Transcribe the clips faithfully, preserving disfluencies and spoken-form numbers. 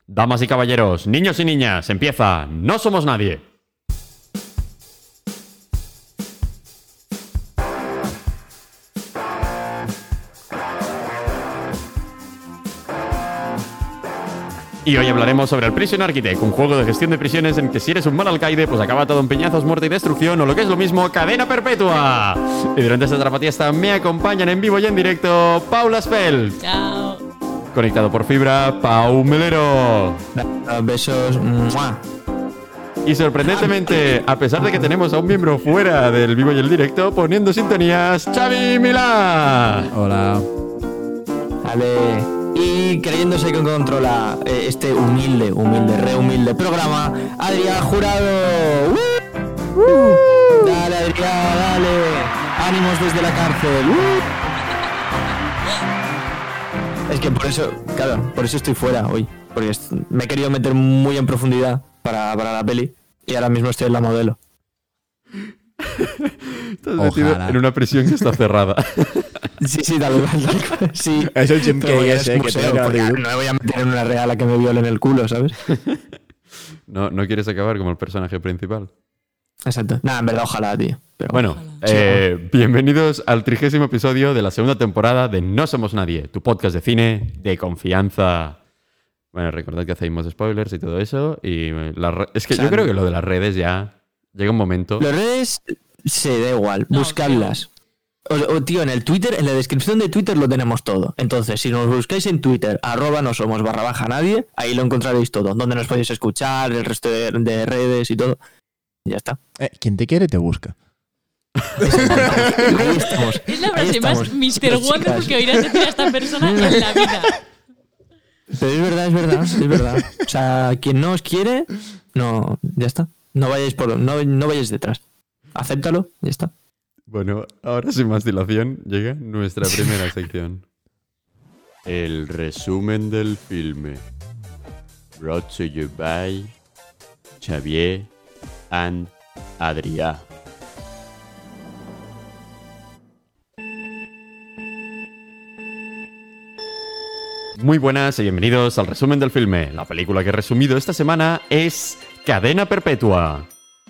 Damas y caballeros, niños y niñas, empieza No Somos Nadie. Y hoy hablaremos sobre el Prison Architect, un juego de gestión de prisiones en que si eres un mal alcaide, pues acaba todo en piñazos, muerte y destrucción, o lo que es lo mismo, cadena perpetua. Y durante esta trapatiesta me acompañan en vivo y en directo Paula Spell. Chao. Conectado por fibra, Pau Melero. Besos. ¡Mua! Y sorprendentemente, a pesar de que tenemos a un miembro fuera del vivo y el directo, poniendo sintonías, Xavi Milá. Hola. Vale. Y creyéndose que controla eh, este humilde, humilde, re humilde programa, Adrián Jurado. ¡Uh! ¡Uh! Dale, Adrián, dale. Ánimos desde la cárcel. ¡Uh! Es que por eso, claro, por eso estoy fuera hoy. Porque me he querido meter muy en profundidad para, para la peli y ahora mismo estoy en la modelo. Estás metido en una prisión que está cerrada. Sí, sí, tal vez. Sí. Es el Jim Pero Carrey es ese que museo, te porque no me voy a meter en una real a que me violen el culo, ¿sabes? No, no quieres acabar como el personaje principal. Exacto. Nada, en verdad, ojalá, tío. Pero Bueno, eh, bienvenidos al trigésimo episodio de la segunda temporada de No Somos Nadie, tu podcast de cine de confianza. Bueno, recordad que hacemos spoilers y todo eso. Y la re- es que O sea, yo creo que lo de las redes ya llega un momento. Las redes se da igual, No, buscadlas. O, o, tío, en el Twitter, en la descripción de Twitter lo tenemos todo. Entonces, si nos buscáis en Twitter, arroba no somos barra baja nadie, ahí lo encontraréis todo. Donde nos podéis escuchar, el resto de, de redes y todo. Y ya está. Eh, quien te quiere te busca. Ahí estamos. Es la Ahí frase más estamos. mister Chicos, Wonderful chicas. que oirás decir a esta persona en la vida. Pero es verdad, es verdad, es verdad. O sea, quien no os quiere, no, ya está. No vayáis por, no, no vayáis detrás. Acéptalo, ya está. Bueno, ahora sin más dilación llega nuestra primera sección. El resumen del filme. Brought to you by Xavier and Adrià. Muy buenas y bienvenidos al resumen del filme. La película que he resumido esta semana es Cadena Perpetua.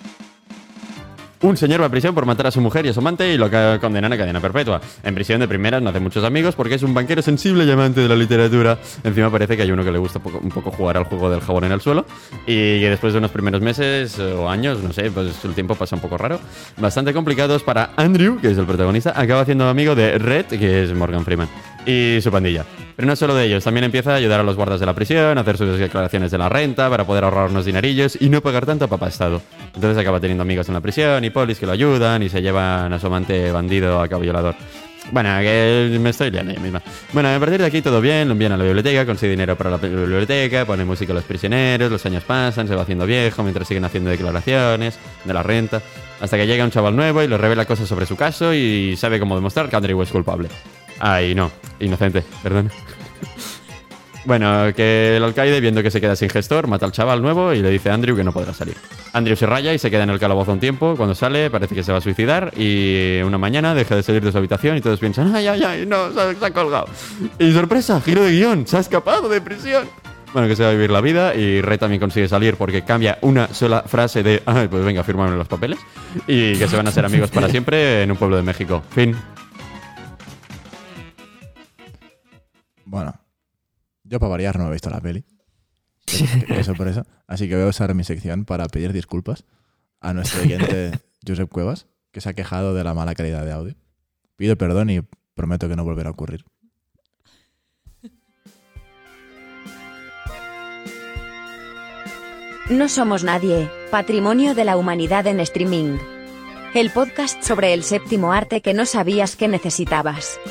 Un señor va a prisión por matar a su mujer y a su amante y lo condenan a cadena perpetua. En prisión de primeras no hace muchos amigos porque es un banquero sensible y amante de la literatura. Encima parece que hay uno que le gusta poco, un poco jugar al juego del jabón en el suelo. Y después de unos primeros meses o años, no sé, pues el tiempo pasa un poco raro. Bastante complicados para Andrew, que es el protagonista. Acaba siendo amigo de Red, que es Morgan Freeman, y su pandilla. Pero no solo de ellos, también empieza a ayudar a los guardas de la prisión, a hacer sus declaraciones de la renta para poder ahorrar unos dinerillos y no pagar tanto a papá Estado. Entonces acaba teniendo amigos en la prisión y polis que lo ayudan y se llevan a su amante bandido a cabo violador. Bueno, que me estoy liando yo misma. Bueno, a partir de aquí todo bien, lo envían a la biblioteca, consigue dinero para la biblioteca, pone música a los prisioneros, los años pasan, se va haciendo viejo mientras siguen haciendo declaraciones de la renta, hasta que llega un chaval nuevo y le revela cosas sobre su caso y sabe cómo demostrar que Andrew es culpable. Ay, no, inocente, perdón. Bueno, que el alcaide, viendo que se queda sin gestor, mata al chaval nuevo y le dice a Andrew que no podrá salir. Andrew se raya y se queda en el calabozo un tiempo. Cuando sale parece que se va a suicidar y una mañana deja de salir de su habitación y todos piensan, ay, ay, ay, no, se ha, se ha colgado. Y sorpresa, giro de guión, se ha escapado de prisión. Bueno, que se va a vivir la vida y Red también consigue salir porque cambia una sola frase de, ay, pues venga, fírmame los papeles. Y que se van a ser amigos para siempre en un pueblo de México. Fin. Bueno, yo para variar no he visto la peli. Eso por eso. Así que voy a usar mi sección para pedir disculpas a nuestro oyente Josep Cuevas, que se ha quejado de la mala calidad de audio. Pido perdón y prometo que no volverá a ocurrir. No somos nadie, patrimonio de la humanidad en streaming. El podcast sobre el séptimo arte que no sabías que necesitabas.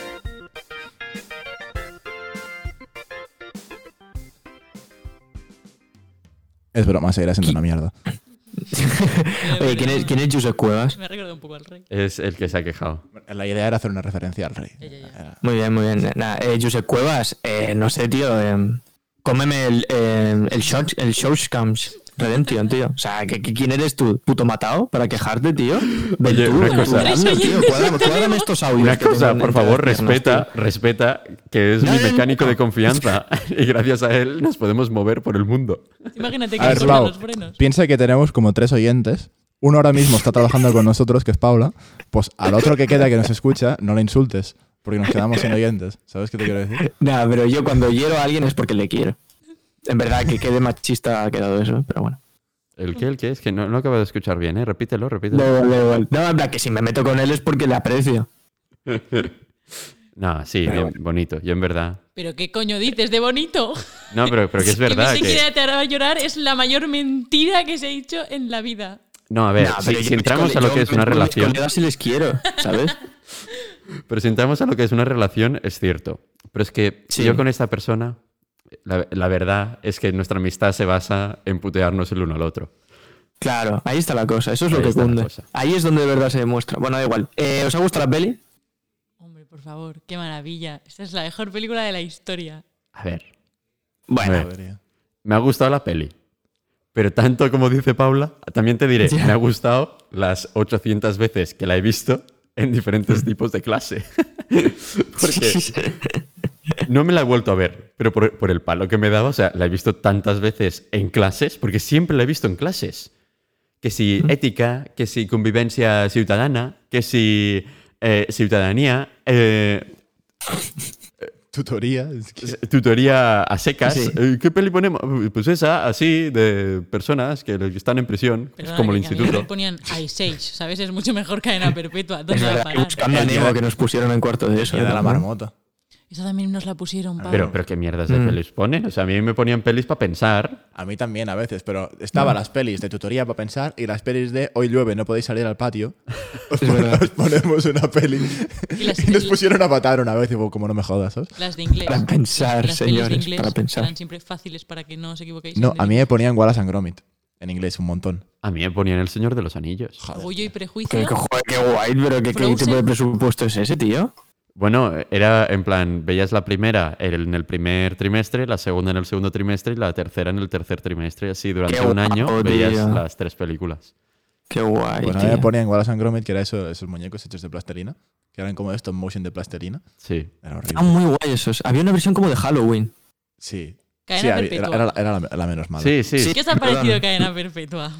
Es broma, seguirá siendo una mierda. Oye, ¿quién es, ¿quién es Josep Cuevas? Me recuerda un poco al rey. Es el que se ha quejado. La idea era hacer una referencia al rey. Ya, ya, ya. Era- Muy bien, muy bien. Nada, eh, Josep Cuevas, eh, no sé, tío. Eh, cómeme el, eh, el, short, el Shortcams. Redemption, tío. O sea, ¿que, que, ¿quién eres tú? ¿Puto matado? ¿Para quejarte, tío? Ven Oye, tú, una ven cosa. tú, hazlo, tío. Cuádrame, cuádrame estos audios. Una que cosa, tengo por entre favor, las piernas, respeta, tío. respeta que es No, mi no, no, mecánico no. de confianza y gracias a él nos podemos mover por el mundo. Imagínate que A ver, le cortan Pau, los frenos. piensa que tenemos como tres oyentes. Uno ahora mismo está trabajando con nosotros, que es Paula. Pues al otro que queda que nos escucha, no le insultes, porque nos quedamos sin oyentes. ¿Sabes qué te quiero decir? Nah, pero yo cuando hiero a alguien es porque le quiero. En verdad, que quede machista ha quedado eso, pero bueno. ¿El qué? ¿El qué? Es que no, no acabo de escuchar bien, ¿eh? Repítelo, repítelo. Da igual, da igual. No, en verdad, que si me meto con él es porque le aprecio. No, sí, bien, bonito. Yo en verdad... ¿Pero qué coño dices de bonito? No, pero, pero que es verdad que... que... Que te hará llorar es la mayor mentira que se ha dicho en la vida. No, a ver, Nah, si, pero si yo entramos mis a lo cole- que yo es una con mis relación... colegas sí les quiero, ¿sabes? Pero si entramos a lo que es una relación, es cierto. Pero es que Sí. yo con esta persona, la, la verdad es que nuestra amistad se basa en putearnos el uno al otro. Claro, ahí está la cosa. Eso es Ahí lo que está la cunde. cosa. Ahí es donde de verdad se demuestra. Bueno, da igual. Eh, ¿Os ha gustado la peli? Hombre, por favor, qué maravilla. Esta es la mejor película de la historia. A ver, Bueno, A ver. me ha gustado la peli. Pero tanto como dice Paula, también te diré, Ya. me ha gustado las ochocientas veces que la he visto en diferentes tipos de clase. Porque no me la he vuelto a ver, pero por, por el palo que me daba, o sea, la he visto tantas veces en clases, porque siempre la he visto en clases. Que si ética, que si convivencia ciudadana, que si eh, ciudadanía, eh, Tutoría. es que- tutoría a secas. Sí. Eh, ¿Qué peli ponemos? Pues esa, así, de personas que están en prisión, Perdona, como el que a mí instituto. me ponían Ice Age, ¿sabes? Es mucho mejor Cadena Perpetua. ¿Dónde es va a verdad. parar? Buscando a Nemo que nos pusieron en cuarto de eso. Y de ¿no? la marmota. Eso también nos la pusieron, Pau. Pero, pero qué mierdas de Mm. pelis ponen. O sea, a mí me ponían pelis para pensar. A mí también a veces, pero estaban las pelis de tutoría para pensar y las pelis de hoy llueve, no podéis salir al patio. Os, pon- os ponemos una peli. Y las- Y nos pusieron a matar una vez y digo, como no me jodas, ¿sabes? Las de inglés. Para pensar, Las pelis de señores, inglés para pensar. eran siempre fáciles para que no os equivoquéis. No, en a mí el- me ponían Wallace and Gromit. En inglés, un montón. A mí me ponían El Señor de los Anillos. Orgullo y Qué, prejuicio. qué, joder, qué guay, pero ¿qué, qué Frozen. tipo de presupuesto es ese, tío? Bueno, era en plan, veías la primera en el primer trimestre, la segunda en el segundo trimestre y la tercera en el tercer trimestre. Y así durante Qué un año guapo, veías tío. las tres películas. Qué guay, Pues a mí tío. me ponían Wallace and Gromit, que era eso, esos muñecos hechos de plastelina. Que eran como stop motion de plastelina. Sí. Era horrible. Estaban muy guay esos. Había una versión como de Halloween. Sí. Cadena Sí, había- Perpetua. era, era- era la, la menos mala. Sí, sí. Sí. ¿Qué os ha parecido Perdón. Cadena Perpetua?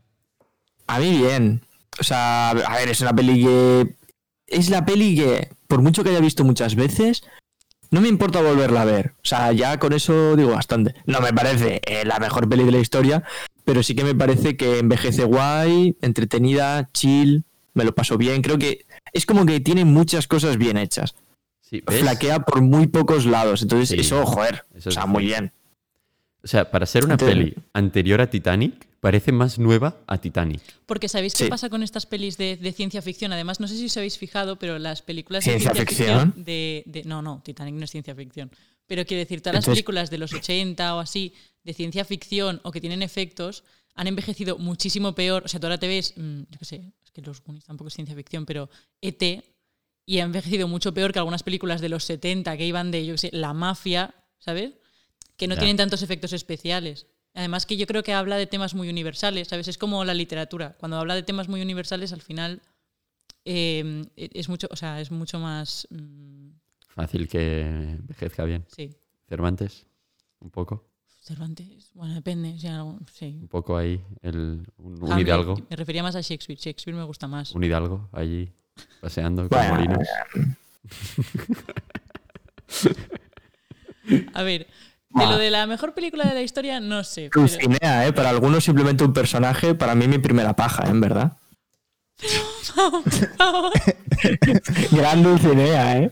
A mí bien. O sea, a ver, es una peli que... Es la peli que, por mucho que haya visto muchas veces, no me importa volverla a ver. O sea, ya con eso digo bastante. No me parece eh, la mejor peli de la historia, pero sí que me parece que envejece guay, entretenida, chill, me lo paso bien. Creo que es como que tiene muchas cosas bien hechas. Sí, ¿ves? Flaquea por muy pocos lados. Entonces, Sí. eso, joder. Eso o es sea, muy cierto. bien. O sea, para ser una Entonces- peli anterior a Titanic, parece más nueva a Titanic. Porque ¿sabéis qué Sí. pasa con estas pelis de, de ciencia ficción? Además, no sé si os habéis fijado, pero las películas ¿Ciencia de ciencia ficción? ficción de, de- No, no, Titanic no es ciencia ficción. Pero quiero decir, todas las Entonces- películas de los ochenta o así, de ciencia ficción o que tienen efectos, han envejecido muchísimo peor. O sea, tú ahora te ves, mm, yo qué sé, es que los Goonies tampoco es ciencia ficción, pero E T, y ha envejecido mucho peor que algunas películas de los setenta que iban de, yo qué sé, la mafia, ¿sabes? Que no Ya. tienen tantos efectos especiales. Además que yo creo que habla de temas muy universales, ¿sabes? Es como la literatura. Cuando habla de temas muy universales, al final eh, es mucho, o sea, es mucho más... mm, Fácil que envejezca bien. sí, Cervantes, un poco. Cervantes, bueno, depende. O sea, sí. Un poco ahí, el, un, un Hamlet, hidalgo. Me refería más a Shakespeare. Shakespeare me gusta más. Un hidalgo allí paseando con Bueno, molinos. A ver, de lo de la mejor película de la historia, no sé. Pero, Dulcinea, ¿eh? Para algunos simplemente un personaje, para mí mi primera paja, ¿eh? En verdad. por favor, Gran Dulcinea, ¿eh?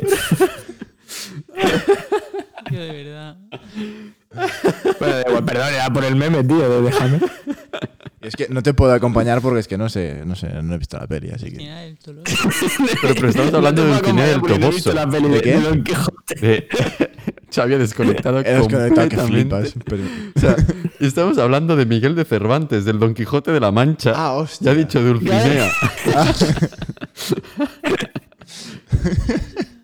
tío, de verdad. Bueno, da igual, perdón, era por el meme, tío, de déjame. Y es que no te puedo acompañar porque es que no sé, no sé, no he visto la peli, así que. Mira, el dolor. Pero, pero estamos hablando No de te puedo Dulcinea del acompañar porque no he visto Toboso. la peli ¿De de, qué? de Don Quijote. De... Xavi ha desconectado He desconectado que completamente. flipas. Pero... O sea, estamos hablando de Miguel de Cervantes, del Don Quijote de la Mancha. Ah, hostia. Ya ha dicho Dulcinea.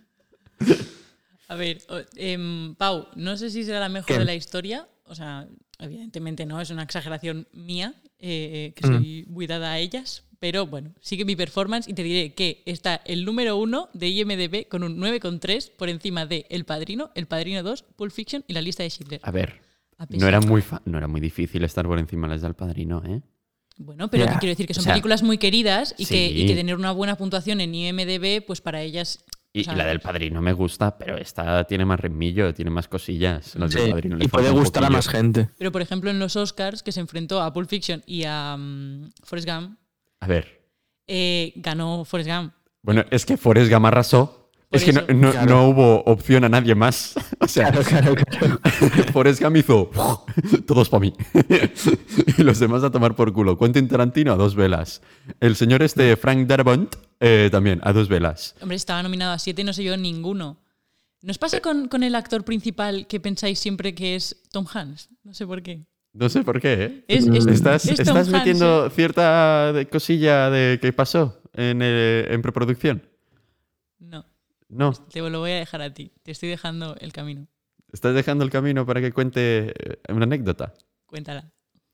A ver, o- em, Pau, no sé si será la mejor ¿Qué? de la historia. O sea, evidentemente no, es una exageración mía, eh, que soy muy dada a ellas, pero bueno, sigue mi performance y te diré que está el número uno de I M D B con un nueve coma tres por encima de El Padrino, El Padrino dos, Pulp Fiction y La Lista de Schindler. A ver, A pesar- no era muy fa- no era muy difícil estar por encima de las del Padrino, ¿eh? Bueno, pero Ya. que quiero decir que son O sea, películas muy queridas y, sí. que, y que tener una buena puntuación en I M D B, pues para ellas... Y, o sea, y la del Padrino me gusta, pero esta tiene más ritmillo, tiene más cosillas. Las Sí, del Padrino le y puede falta un gustar a poquillo. más gente. Pero por ejemplo en los Oscars, que se enfrentó a Pulp Fiction y a um, Forrest Gump, A ver, eh, ganó Forrest Gump. bueno, es que Forrest Gump arrasó. Por Es que no, eso. no- Claro. no hubo opción a nadie más. O sea, Claro, claro, claro. Forrest Gump hizo todos para mí. Y los demás a tomar por culo. Quentin Tarantino a dos velas. El señor este, Frank Darabont, eh, también a dos velas. Hombre, estaba nominado a siete y no se llevó ninguno. ¿Nos pasa con, con el actor principal que pensáis siempre que es Tom Hanks? No sé por qué. No sé por qué, ¿eh? Es, es- ¿Estás, es Tom estás Hanks, metiendo ¿eh? cierta de- cosilla de que pasó en, eh, en preproducción? No, No. te lo voy a dejar a ti. Te estoy dejando el camino. ¿Estás dejando el camino para que cuente eh, una anécdota? Cuéntala.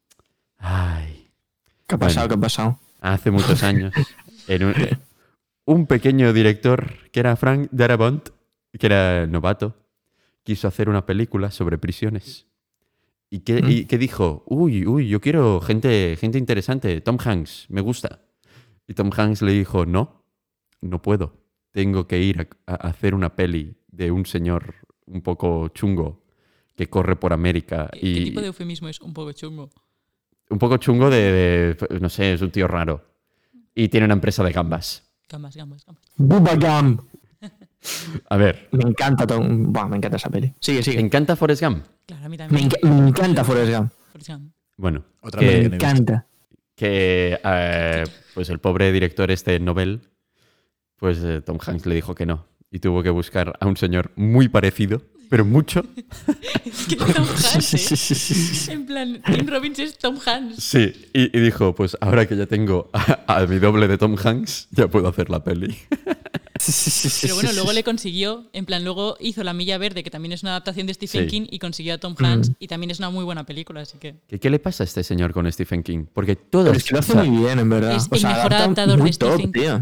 Ay. ¿Qué ha pasado? Bueno. ¿Qué ha pasado? Hace muchos años, en un, eh, un pequeño director que era Frank Darabont, que era novato, quiso hacer una película sobre prisiones. Y que, y que dijo, uy, uy, yo quiero gente, gente interesante, Tom Hanks, me gusta. Y Tom Hanks le dijo, no, no puedo. Tengo que ir a, a hacer una peli de un señor un poco chungo que corre por América. ¿Qué, y qué tipo de eufemismo es? Un poco chungo. Un poco chungo de, de, no sé, es un tío raro. Y tiene una empresa de gambas. Gambas, gambas, gambas. Bubba Gump. A ver, Me encanta Tom. Buah, me encanta esa peli. Sigue, ¿te sigue. encanta Forrest Gump? Claro, a mí Me, también. enca- me encanta Forrest Gump. Forrest Gump. Bueno, Otra que, peli Me que no he visto. encanta. que, eh, pues el pobre director este Nobel, pues eh, Tom Hanks le dijo que no. Y tuvo que buscar a un señor muy parecido, pero mucho. Es que es Tom Hanks, ¿eh? En plan, Tim Robbins es Tom Hanks. Sí, y, y dijo, pues ahora que ya tengo a, a mi doble de Tom Hanks, ya puedo hacer la peli. Pero bueno, luego le consiguió, en plan, luego hizo La Milla Verde, que también es una adaptación de Stephen Sí. King, y consiguió a Tom Hanks, y también es una muy buena película, así que... ¿Qué, qué le pasa a este señor con Stephen King? Porque todos... Pero es que lo hace o sea, muy bien, en verdad. Es O el sea, mejor adapta adaptador muy de top, Stephen King. tío.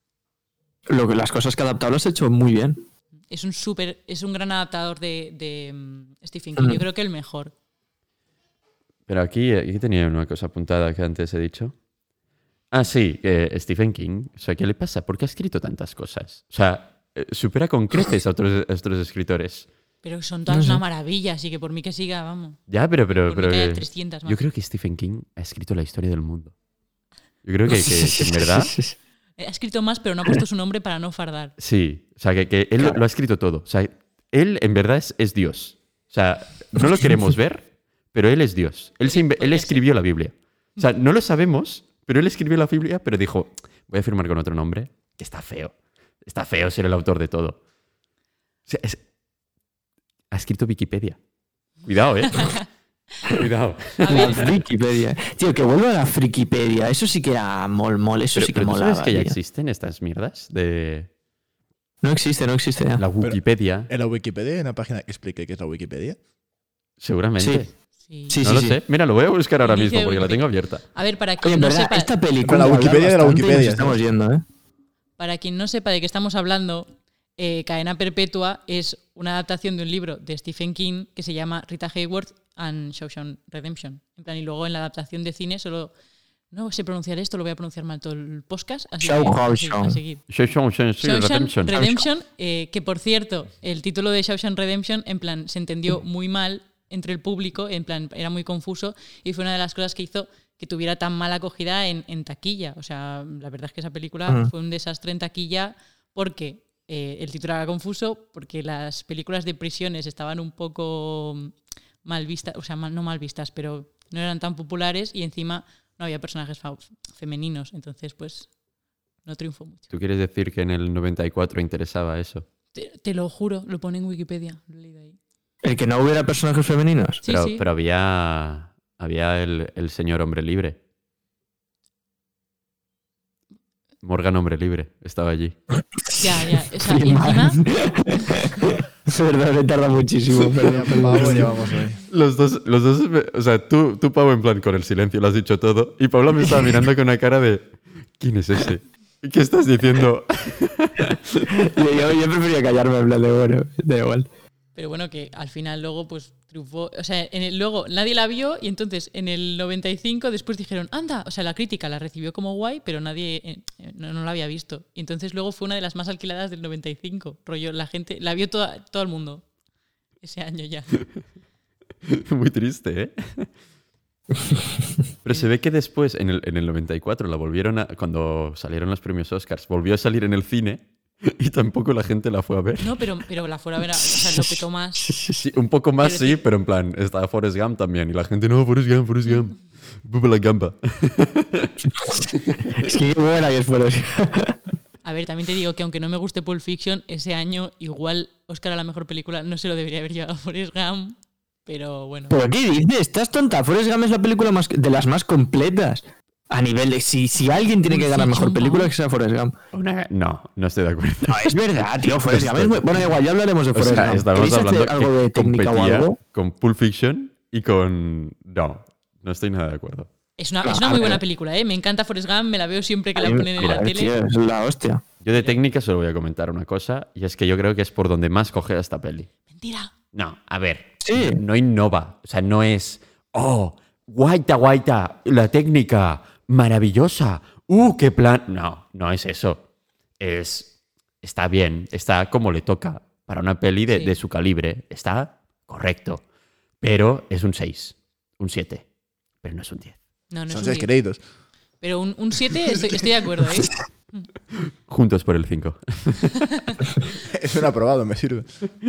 Lo que, las cosas que ha adaptado las ha hecho muy bien. Es un súper, es un gran adaptador de, de mm, Stephen King. Mm. Yo creo que el mejor. Pero aquí, aquí tenía una cosa apuntada que antes he dicho. Ah, sí, que Stephen King. O sea, ¿qué le pasa? ¿Por qué ha escrito tantas cosas? O sea, eh, supera con creces a otros, a otros escritores. Pero son todas No sé. una maravilla, así que por mí que siga, vamos. Ya, pero... pero, Por mí pero que haya que- trescientas más. yo creo que Stephen King ha escrito la historia del mundo. Yo creo que, que- que en verdad... Ha escrito más, pero no ha puesto su nombre para no fardar. Sí, o sea, que, que él lo- lo ha escrito todo. O sea, él en verdad es, es Dios. O sea, no lo queremos ver, pero él es Dios. Él, se inve- él Podría escribió la Biblia. O sea, no lo sabemos, pero él escribió la Biblia, pero dijo, voy a firmar con otro nombre, que está feo. Está feo ser el autor de todo. O sea, es- ha escrito Wikipedia. Cuidado, ¿eh? Cuidado. A La ver, Frikipedia. Tío, que vuelva a la Frikipedia. Eso sí que era mol, mol. Eso Pero, sí que pero ¿tú molaba. sabes que ya tío. existen estas mierdas de No existe, no existe ya. la Wikipedia? En la Wikipedia hay una página que explique qué es la Wikipedia. Seguramente. Sí. sí. Sí, No sí, lo sí. sé. Mira, lo voy a buscar ahora Inicio mismo de porque la Wikipedia. tengo abierta. A ver, para Oye, quien en no verdad, sepa, esta película. Con la habla Wikipedia de la bastante y nos Wikipedia, estamos ¿sabes? yendo, ¿eh? para quien no sepa de qué estamos hablando, eh, Cadena Perpetua es una adaptación de un libro de Stephen King que se llama Rita Hayworth and Shawshank Redemption. En plan, y luego en la adaptación de cine solo... No sé pronunciar esto, lo voy a pronunciar mal todo el podcast. Así que, a seguir, Shawshank. a seguir. Shawshank Shawshank Redemption. Redemption, eh, que por cierto, el título de Shawshank Redemption, en plan, se entendió muy mal entre el público, en plan, era muy confuso y fue una de las cosas que hizo que tuviera tan mala acogida en, en taquilla. O sea, la verdad es que esa película Ujú. fue un desastre en taquilla porque eh, el título era confuso, porque las películas de prisiones estaban un poco mal vistas, o sea, mal- no mal vistas, pero no eran tan populares y encima no había personajes fa- femeninos, entonces pues no triunfó mucho. ¿Tú quieres decir que en el noventa y cuatro interesaba eso? Te, te lo juro, lo pone en Wikipedia, lo he leído ahí. El que no hubiera personajes femeninos. Sí, pero, sí. pero había, había el, el señor hombre libre. Morgan hombre libre estaba allí. Ya, ya. O sea, y Freeman. encima, Perdón, me tarda muchísimo. Perdón, perdón. Pavo llevamos hoy. Los dos, los dos, o sea, tú, tú, Pau, en plan, con el silencio lo has dicho todo, y Paula me estaba mirando con una cara de, ¿quién es ese? ¿Qué estás diciendo? yo, yo, yo prefería callarme en plan de, bueno, da igual. Pero bueno, que al final luego pues triunfó. O sea, en el, luego nadie la vio y entonces en el noventa y cinco después dijeron, anda, o sea, la crítica la recibió como guay, pero nadie eh, no, no la había visto. Y entonces luego fue una de las más alquiladas del noventa y cinco. Rollo, la gente, la vio toda, todo el mundo ese año ya. Muy triste, ¿eh? Pero se ve que después, en el, en el noventa y cuatro, la volvieron a, cuando salieron los premios Oscars, volvió a salir en el cine y tampoco la gente la fue a ver. No, pero, pero la fuera a ver, a, o sea, lo petó más. Sí, un poco más Pero sí, sí. pero en plan, estaba Forrest Gump también. Y la gente, no, Forrest Gump, Forrest Gump. Bube la gamba. Es que qué buena que es por eso. A ver, también te digo que aunque no me guste Pulp Fiction, ese año igual Oscar a la mejor película no se lo debería haber llevado a Forrest Gump, pero bueno. ¿Pero qué dices? ¿Estás tonta? Forrest Gump es la película más, de las más completas. A nivel de... Si, si alguien tiene Pulp que ganar mejor Fiction, película, ¿no? que sea Forrest Gump. Una- No, no estoy de acuerdo. No, es verdad, tío. Forrest Gump es muy... Bueno, igual, ya hablaremos de O Forrest sea, Gump. estábamos ¿Queréis hablando hacer algo de que técnica o competía algo? con Pulp Fiction y con... No, no estoy nada de acuerdo. Es una, Claro, es una a muy ver. buena película, ¿eh? Me encanta Forrest Gump, me la veo siempre que la A mí- ponen en la joder, tele. tío, es la hostia. Yo de técnica solo voy a comentar una cosa, y es que yo creo que es por donde más coge esta peli. Mentira. No, a ver. Sí. No innova. O sea, no es... ¡Oh! ¡Guaita, guaita! La técnica. ¡Maravillosa! ¡Uh, qué plan! No, no es eso. Es... Está bien. Está como le toca. Para una peli de, Sí. de su calibre. Está correcto. Pero es un seis. Un siete. Pero no es un diez. No, no Son es un seis diez. créditos. Pero un, un siete estoy, estoy de acuerdo, ¿eh? Juntos por el cinco. Es un aprobado, me sirve.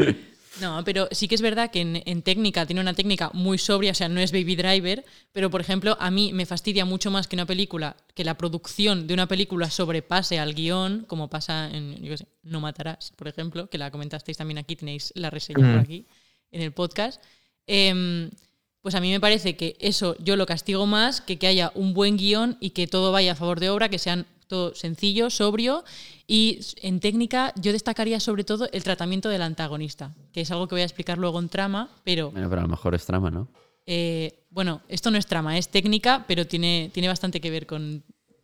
No, pero sí que es verdad que en, en técnica tiene una técnica muy sobria, o sea, no es Baby Driver, pero por ejemplo, a mí me fastidia mucho más que una película, que la producción de una película sobrepase al guión, como pasa en, yo qué sé, No Matarás, por ejemplo, que la comentasteis también aquí, tenéis la reseña Mm. por aquí, en el podcast. Em, pues a mí me parece que eso yo lo castigo más que que haya un buen guión y que todo vaya a favor de obra, que sean todo sencillo, sobrio. Y en técnica yo destacaría sobre todo el tratamiento del antagonista, que es algo que voy a explicar luego en trama, pero Bueno, pero a lo mejor es trama, ¿no? eh, bueno, esto no es trama, es técnica, pero tiene, tiene bastante que ver con...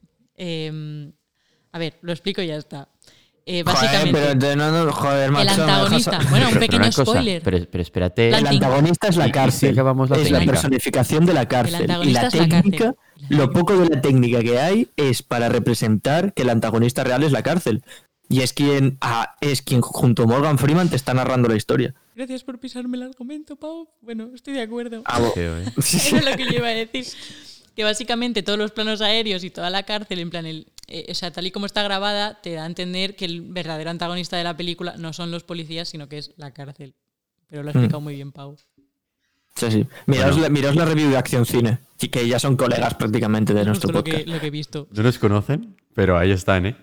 eh, a ver, lo explico y ya está. Eh, básicamente, Joder, pero entonces no, no, joder, macho, el me dejas- antagonista, bueno, un Pero pequeño una cosa, spoiler. Pero, pero espérate. La El técnica. antagonista es Y- la y cárcel. acabamos la es la técnica. personificación de la cárcel. Y antagonista la es la cárcel. técnica, lo poco de la técnica que hay es para representar que el antagonista real es la cárcel. Y es quien, ah, es quien junto a Morgan Freeman te está narrando la historia. Gracias por pisarme el argumento, Pau. Bueno, estoy de acuerdo. Ah, bo- Feo, ¿eh? Era lo que yo iba a decir. Que básicamente todos los planos aéreos y toda la cárcel, en plan, el, eh, o sea, tal y como está grabada, te da a entender que el verdadero antagonista de la película no son los policías, sino que es la cárcel. Pero lo ha explicado muy bien, Pau. Sí, sí. Miraos, Bueno. la, miraos la review de Acción Cine, y que ya son colegas prácticamente de nuestro Justo lo podcast. que, lo que he visto. No nos conocen, pero ahí están, ¿eh?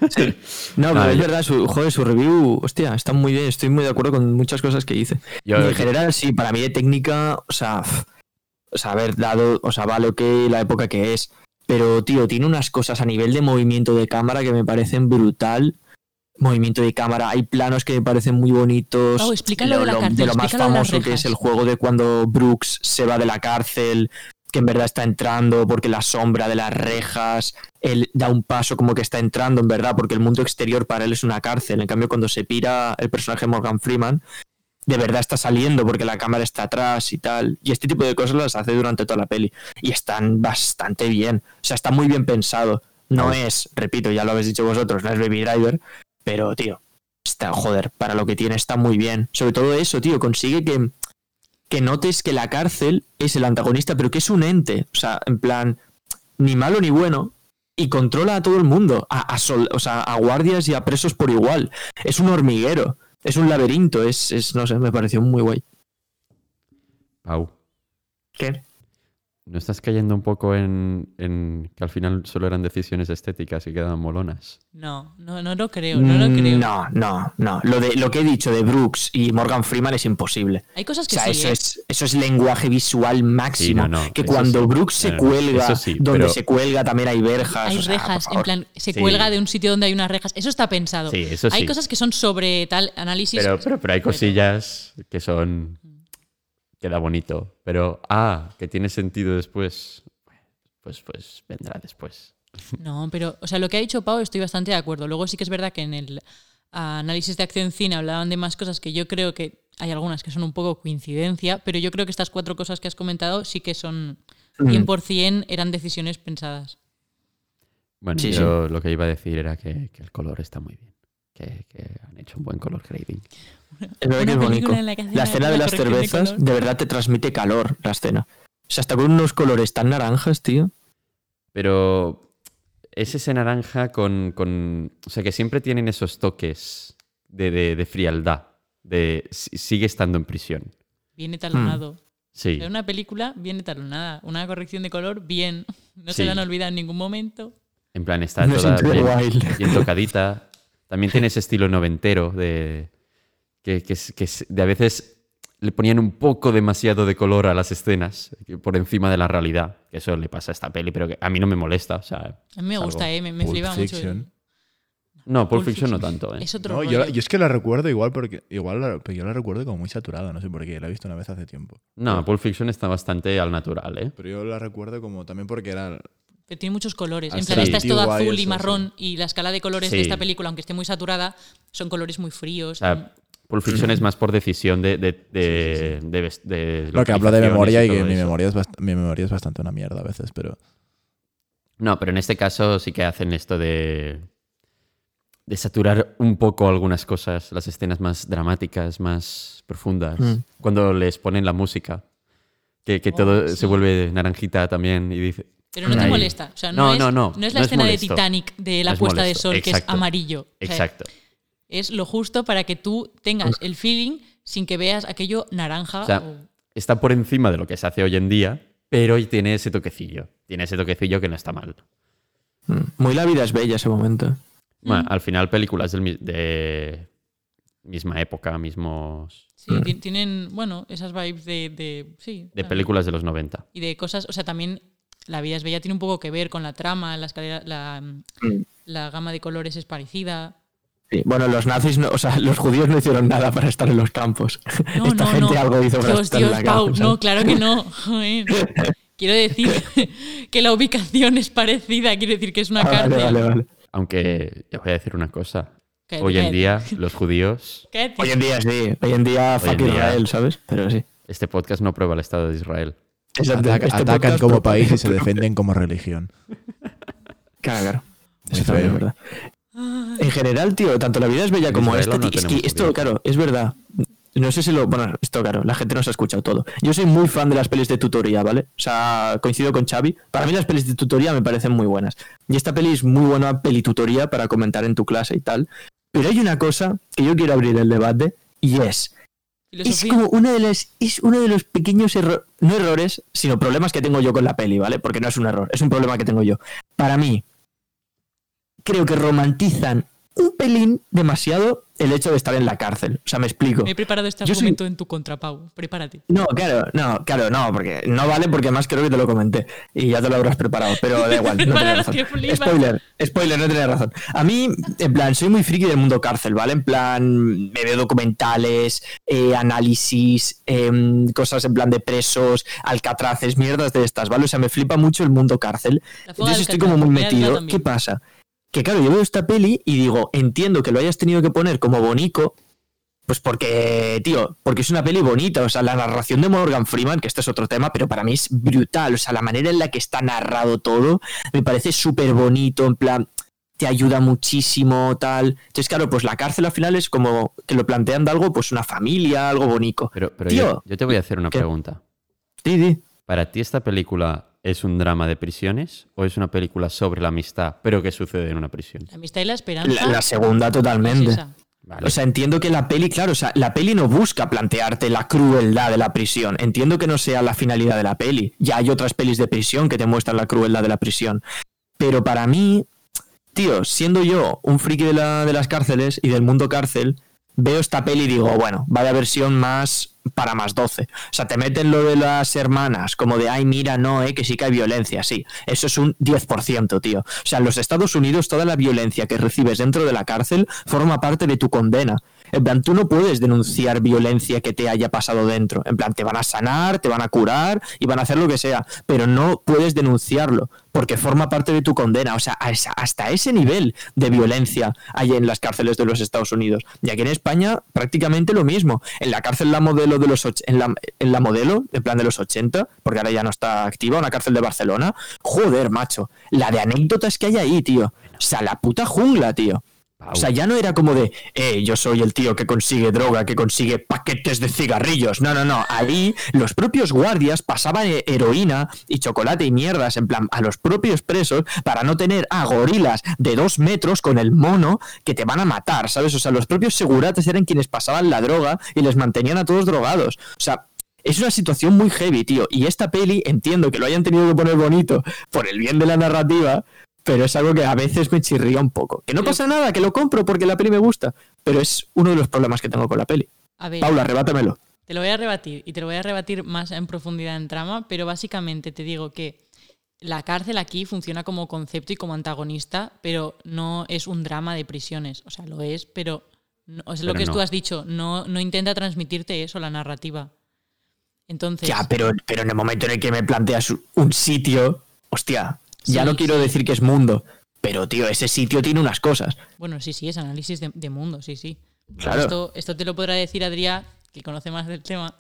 No, pero Ah, es yo- verdad, su, joder, su review, hostia, está muy bien, estoy muy de acuerdo con muchas cosas que dice. Yo- y en general, sí, para mí de técnica, o sea, f- o sea, haber dado, o sea, vale, ok, la época que es, pero, tío, tiene unas cosas a nivel de movimiento de cámara que me parecen brutal. Movimiento de cámara, hay planos que me parecen muy bonitos. Pau, explícalo de la cárcel, de lo más explícalo de las famoso que es rejas. el juego de cuando Brooks se va de la cárcel, que en verdad está entrando porque la sombra de las rejas, él da un paso como que está entrando en verdad, porque el mundo exterior para él es una cárcel. En cambio, cuando se pira el personaje Morgan Freeman, de verdad está saliendo porque la cámara está atrás y tal. Y este tipo de cosas las hace durante toda la peli. Y están bastante bien. O sea, está muy bien pensado. No Claro. es, repito, ya lo habéis dicho vosotros, no es Baby Driver, pero, tío, está, joder, para lo que tiene está muy bien. Sobre todo eso, tío, consigue que, que notes que la cárcel es el antagonista, pero que es un ente. O sea, en plan, ni malo ni bueno. Y controla a todo el mundo, a, a sol- o sea, a guardias y a presos por igual. Es un hormiguero, es un laberinto, es, es no sé, me pareció muy guay. Pau, ¿Qué? ¿No estás cayendo un poco en, en que al final solo eran decisiones estéticas y quedaban molonas? No, no, no lo creo, no lo creo. No, no, no. Lo, de, lo que he dicho de Brooks y Morgan Freeman es imposible. Hay cosas que O sea, sí, eso, ¿eh? es, eso es lenguaje visual máximo. Sí, no, no, que eso cuando sí. Brooks se No, no, cuelga, eso sí, donde pero- se cuelga también hay verjas. Hay o sea, rejas, por en favor. plan, se Sí. cuelga de un sitio donde hay unas rejas. Eso está pensado. Sí, eso sí. Hay cosas que son sobre tal análisis. Pero, pero, pero hay cosillas que son... Queda bonito. Pero, ah, que tiene sentido después. Pues, pues vendrá después. No, pero, o sea, lo que ha dicho Pau estoy bastante de acuerdo. Luego sí que es verdad que en el análisis de acción cine hablaban de más cosas que yo creo que hay algunas que son un poco coincidencia, pero yo creo que estas cuatro cosas que has comentado sí que son cien por ciento eran decisiones pensadas. Bueno, Sí, yo lo que iba a decir era que, que el color está muy bien. Que, que han hecho un buen color grading. Es verdad que es Una bonito. película en la que hacen La escena la de las corrección de cervezas color. de verdad te transmite calor, la escena. O sea, está con unos colores tan naranjas, tío. Pero es ese naranja con, con... O sea, que siempre tienen esos toques de, de, de frialdad. De si- sigue estando en prisión. Viene talonado. Sí. En una película viene talonada. Una corrección de color, bien. No Sí. se la han olvidado en ningún momento. En plan, está No es toda Into the bien, Wild. bien tocadita. También tiene ese estilo noventero de... Que, que, es- que es- de a veces le ponían un poco demasiado de color a las escenas que por encima de la realidad. Que eso le pasa a esta peli, pero que a mí no me molesta. O sea, A mí me es gusta, algo- eh. Me, me Pulp flipa Fiction. mucho. No, Pulp Pulp Fiction no Fiction. tanto, ¿eh? Es otro No, rollo. yo, yo es que la recuerdo igual porque igual la, pero yo la recuerdo como muy saturada, no sé por qué, la he visto una vez hace tiempo. No, Pulp Fiction está bastante al natural, ¿eh? Pero yo la recuerdo como también porque era Pero tiene muchos colores. Al En ser plan, esta es todo antigua y azul y eso, marrón y la escala de colores Sí. de esta película, aunque esté muy saturada, son colores muy fríos. O sea, Pulp Fiction es más por decisión de, de, de, de, ves- de lo que hablo de localizaciones memoria y que todo mi eso. memoria, es bast- mi memoria es bastante una mierda a veces, pero No, pero en este caso sí que hacen esto de, de saturar un poco algunas cosas, las escenas más dramáticas, más profundas. Mm. Cuando les ponen la música, que, que Oh, todo sí. se vuelve naranjita también y dice... Pero no te Ahí. molesta. O sea, no, No, es, no, no, no es la no es escena de molesto. Titanic de la No es puesta de molesto. sol, Exacto. que es amarillo. O sea, Exacto. es lo justo para que tú tengas el feeling sin que veas aquello naranja. O sea, o- está por encima de lo que se hace hoy en día, pero tiene ese toquecillo. Tiene ese toquecillo que no está mal. Mm. Muy La vida es bella ese momento. Bueno, al final películas del mi- de misma época, mismos... sí, ti- tienen, bueno, esas vibes de. de sí. De ah, películas de los noventa. Y de cosas. O sea, también La vida es bella tiene un poco que ver con la trama, la escalera, la, Mm. la gama de colores es parecida. Sí. Bueno, los nazis, no, o sea, los judíos no hicieron nada para estar en los campos. No, Esta no, gente no. algo hizo para Dios, estar Dios, en la Pau, cama. no, claro que no. Joder. Quiero decir que la ubicación es parecida, quiero decir que es una Ah, cárcel. vale, vale, vale. Aunque, te voy a decir una cosa. Cállate, Hoy en cállate. día, los judíos, Cállate. Hoy en día sí, hoy en día Hoy en fuck día- Israel, ¿sabes? Pero sí. este podcast no prueba el Estado de Israel. Exacto. ataca- Este atacan podcast como propone- país y se defienden como religión. Claro, claro. Muy Eso también es feo. verdad. En general, tío, tanto La vida es bella En como Israel esta, no tío, es que tenemos esto, judíos. claro, es verdad. No sé si lo... Bueno, esto, claro, la gente no se ha escuchado todo. Yo soy muy fan de las pelis de tutoría, ¿vale? O sea, coincido con Xavi. Para mí las pelis de tutoría me parecen muy buenas. Y esta peli es muy buena peli tutoría para comentar en tu clase y tal. Pero hay una cosa que yo quiero abrir el debate y es... Es Filosofía. como una de las, es uno de los pequeños errores, no errores, sino problemas que tengo yo con la peli, ¿vale? Porque no es un error, es un problema que tengo yo. Para mí, creo que romantizan un pelín demasiado el hecho de estar en la cárcel. O sea, me explico. Me he preparado este Yo soy- argumento en tu contra, Pau. Prepárate. No, claro, no, claro, no, porque no vale porque además creo que te lo comenté y ya te lo habrás preparado, pero da igual. No Para tenés los razón. que flipan. Spoiler, spoiler, no tenés razón. A mí, en plan, soy muy friki del mundo cárcel, ¿vale? En plan, me veo documentales, eh, análisis, em, cosas en plan de presos, alcatraces, mierdas de estas, ¿vale? O sea, me flipa mucho el mundo cárcel. La fuga Entonces de estoy como Alcatraz, muy mírala metido. también. ¿Qué pasa? Que claro, yo veo esta peli y digo, entiendo que lo hayas tenido que poner como bonito, pues porque, tío, porque es una peli bonita. O sea, la narración de Morgan Freeman, que este es otro tema, pero para mí es brutal. O sea, la manera en la que está narrado todo me parece súper bonito, en plan, te ayuda muchísimo, tal. Entonces, claro, pues la cárcel al final es como que lo plantean de algo, pues una familia, algo bonito. Pero, pero Tío, yo, yo te voy a hacer una ¿qué? pregunta. Sí, sí. ¿Para ti esta película es un drama de prisiones o es una película sobre la amistad, pero que sucede en una prisión? La amistad y la esperanza. La, la segunda es totalmente. esa. Vale. O sea, entiendo que la peli, claro, o sea, la peli no busca plantearte la crueldad de la prisión. Entiendo que no sea la finalidad de la peli. Ya hay otras pelis de prisión que te muestran la crueldad de la prisión. Pero para mí, tío, siendo yo un friki de, la, de las cárceles y del mundo cárcel, veo esta peli y digo, bueno, vaya versión más para más doce. O sea, te meten lo de las hermanas, como de, ay, mira, no, eh, que sí que hay violencia, sí. Eso es un diez por ciento, tío. O sea, en los Estados Unidos toda la violencia que recibes dentro de la cárcel forma parte de tu condena. En plan, tú no puedes denunciar violencia que te haya pasado dentro. En plan, te van a sanar, te van a curar y van a hacer lo que sea, pero no puedes denunciarlo porque forma parte de tu condena. O sea, hasta ese nivel de violencia hay en las cárceles de los Estados Unidos. Y aquí en España prácticamente lo mismo. En la cárcel la modelo de los och- en la, en la modelo, en plan de los ochenta, porque ahora ya no está activa, una cárcel de Barcelona. Joder, macho, la de anécdotas que hay ahí, tío. O sea, la puta jungla, tío. O sea, ya no era como de, eh, yo soy el tío que consigue droga, que consigue paquetes de cigarrillos. No, no, no. Ahí los propios guardias pasaban heroína y chocolate y mierdas, en plan, a los propios presos para no tener a gorilas de dos metros con el mono que te van a matar, ¿sabes? O sea, los propios segurates eran quienes pasaban la droga y les mantenían a todos drogados. O sea, es una situación muy heavy, tío. Y esta peli, entiendo que lo hayan tenido que poner bonito por el bien de la narrativa, pero es algo que a veces me chirría un poco. Que no pasa nada, que lo compro porque la peli me gusta, pero es uno de los problemas que tengo con la peli. A ver, Paula, arrebátamelo. te lo voy a rebatir y te lo voy a rebatir más en profundidad en trama, pero básicamente te digo que la cárcel aquí funciona como concepto y como antagonista, pero no es un drama de prisiones. O sea, lo es, pero no, es lo Pero que no. tú has dicho, no, no intenta transmitirte eso, la narrativa. Entonces, Ya, pero, pero en el momento en el que me planteas un sitio, hostia, ya Sí, no quiero sí. decir que es mundo, pero tío, ese sitio tiene unas cosas. bueno, sí, sí, es análisis de, de mundo, sí, sí. Claro. Esto, esto te lo podrá decir Adrián, que conoce más del tema,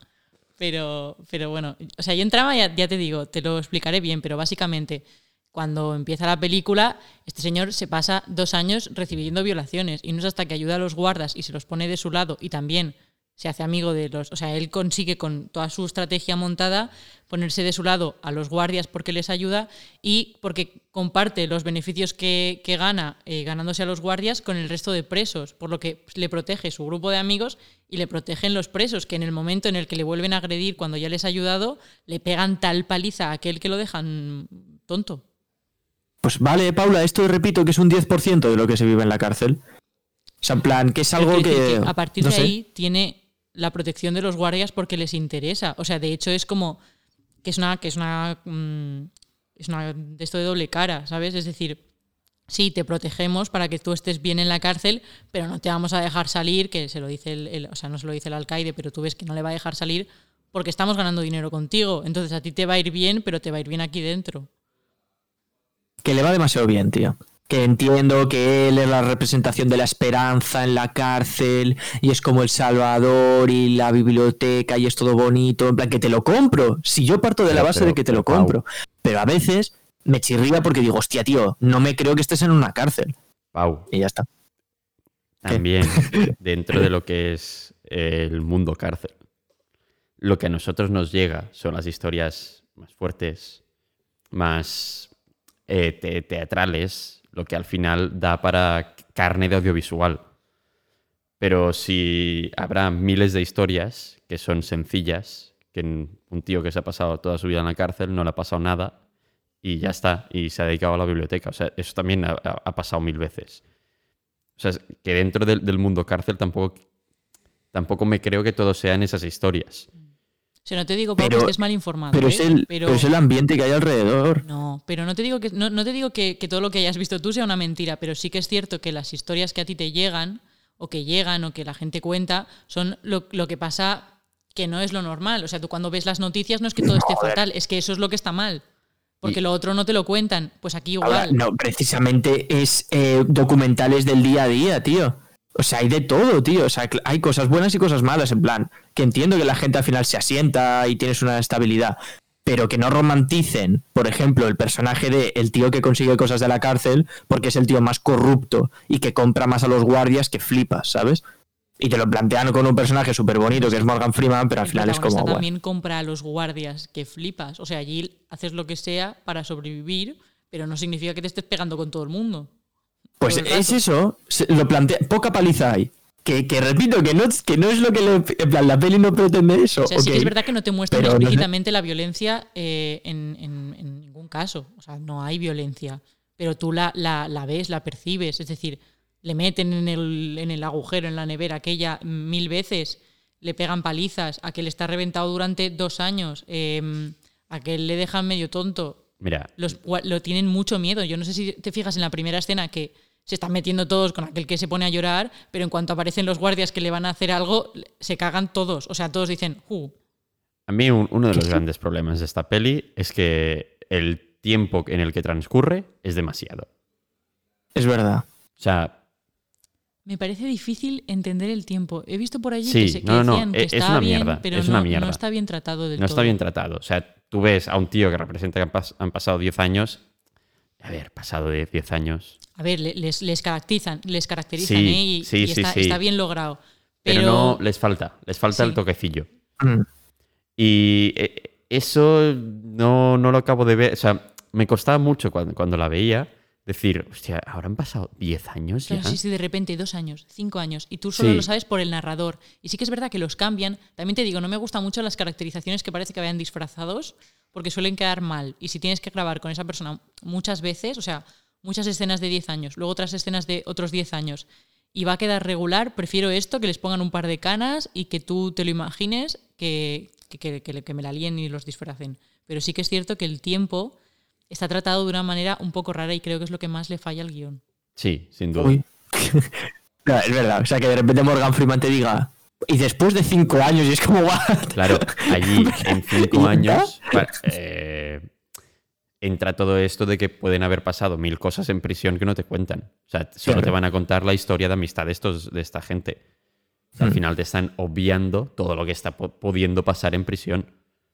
pero, pero bueno, o sea, yo en trama ya, ya te digo, te lo explicaré bien, pero básicamente cuando empieza la película, este señor se pasa dos años recibiendo violaciones y no es hasta que ayuda a los guardas y se los pone de su lado y también se hace amigo de los... O sea, él consigue con toda su estrategia montada ponerse de su lado a los guardias porque les ayuda y porque comparte los beneficios que, que gana eh, ganándose a los guardias con el resto de presos, por lo que le protege su grupo de amigos y le protegen los presos, que en el momento en el que le vuelven a agredir cuando ya les ha ayudado, le pegan tal paliza a aquel que lo dejan tonto. Pues vale, Paula, esto repito que es un diez por ciento de lo que se vive en la cárcel. O sea, en plan, que es algo Quiero decir que... que a partir no de sé. ahí tiene la protección de los guardias porque les interesa. O sea, de hecho es como que es una que es una mm, es una de esto de doble cara, ¿sabes? Es decir, sí, te protegemos para que tú estés bien en la cárcel, pero no te vamos a dejar salir, que se lo dice el, el- o sea, no se lo dice el alcaide, pero tú ves que no le va a dejar salir porque estamos ganando dinero contigo. Entonces a ti te va a ir bien, pero te va a ir bien aquí dentro. Que le va demasiado bien, tío. Que entiendo que él es la representación de la esperanza en la cárcel y es como el Salvador y la biblioteca y es todo bonito. En plan, que te lo compro. Si yo parto de la Pero- base pero- de que te lo pero, Pau. compro. Pero a veces me chirría porque digo, hostia, tío, no me creo que estés en una cárcel. Pau, Y ya está. también dentro de lo que es el mundo cárcel, lo que a nosotros nos llega son las historias más fuertes, más eh, te- teatrales, lo que al final da para carne de audiovisual. Pero si habrá miles de historias que son sencillas, que un tío que se ha pasado toda su vida en la cárcel no le ha pasado nada y ya está, y se ha dedicado a la biblioteca. O sea, eso también ha, ha- ha pasado mil veces. O sea, es que dentro del, del mundo cárcel tampoco, tampoco me creo que todo sean esas historias. O sea, no te digo Pau, Pero- que estés mal informado. Pero ¿eh? es, el, Pero- pero es el ambiente que hay alrededor. No, pero no te digo que no, no te digo que, que todo lo que hayas visto tú sea una mentira, pero sí que es cierto que las historias que a ti te llegan, o que llegan, o que la gente cuenta, son lo, lo que pasa que no es lo normal. O sea, tú cuando ves las noticias no es que todo esté fatal, es que eso es lo que está mal. Porque Y- lo otro no te lo cuentan. Pues aquí Ahora, igual. no, precisamente es eh, documentales del día a día, tío. O sea, hay de todo, tío. O sea, cl- hay cosas buenas y cosas malas, en plan. Que entiendo que la gente al final se asienta y tienes una estabilidad. Pero que no romanticen, por ejemplo, el personaje de el tío que consigue cosas de la cárcel porque es el tío más corrupto y que compra más a los guardias que flipas, ¿sabes? Y te lo plantean con un personaje súper bonito que es Morgan Freeman, pero al El final es como... protagonista bueno. también compra a los guardias que flipas. O sea, allí haces lo que sea para sobrevivir, pero no significa que te estés pegando con todo el mundo. Pues todo el es rato. eso, se- lo plantea, poca paliza hay. Que, que repito, que no, que no es lo que le, en plan, la peli no pretende eso. O sea, sí ok. que es verdad que no te muestran Pero no sé. explícitamente la violencia eh, en, en- en ningún caso. O sea, no hay violencia. Pero tú la, la, la ves, la percibes. Es decir, le meten en el, en el agujero, en la nevera, aquella mil veces. Le pegan palizas. A que le está reventado durante dos años. eh, a que le dejan medio tonto. Mira, Los, gua- lo tienen mucho miedo. Yo no sé si te fijas en la primera escena que se están metiendo todos con aquel que se pone a llorar, pero en cuanto aparecen los guardias que le van a hacer algo, se cagan todos. O sea, todos dicen, uh, a mí un- uno de los grandes problemas de esta peli es que el tiempo en el que transcurre es demasiado. Es verdad. O sea, me parece difícil entender el tiempo. He visto por allí Sí, que, se, que no, no, decían que es está una bien, mierda, pero es no, una mierda. no está bien tratado del no todo. está bien tratado. O sea, tú ves a un tío que representa que han, pas- han pasado diez años. A ver, pasado de diez años. A ver, le- les, les caracterizan, les caracterizan Sí, ¿eh? y, sí, y sí, está, sí. está bien logrado. Pero, Pero, no les falta. Les falta Sí. el toquecillo. Mm. Y eh, eso no, no lo acabo de ver. O sea, me costaba mucho cuando, cuando la veía decir, hostia, ahora han pasado diez años ya. Claro, sí, sí, de repente dos años, cinco años, y tú solo Sí. lo sabes por el narrador. Y sí que es verdad que los cambian. También te digo, no me gustan mucho las caracterizaciones que parece que vayan disfrazados, porque suelen quedar mal. Y si tienes que grabar con esa persona muchas veces, o sea, muchas escenas de diez años, luego otras escenas de otros diez años, y va a quedar regular, prefiero esto, que les pongan un par de canas y que tú te lo imagines, que, que, que, que- que me la líen y los disfracen. Pero sí que es cierto que el tiempo está tratado de una manera un poco rara y creo que es lo que más le falla al guión. Sí, sin duda. Uy. No, es verdad. O sea, que de repente Morgan Freeman te diga, y después de cinco años, y es como, what? Claro, allí en cinco ¿Y años pa- eh, entra todo esto de que pueden haber pasado mil cosas en prisión que no te cuentan. O sea, solo Claro. te van a contar la historia de amistad de, estos, de esta gente. O sea, al Hmm. final te están obviando todo lo que está po- pudiendo pasar en prisión.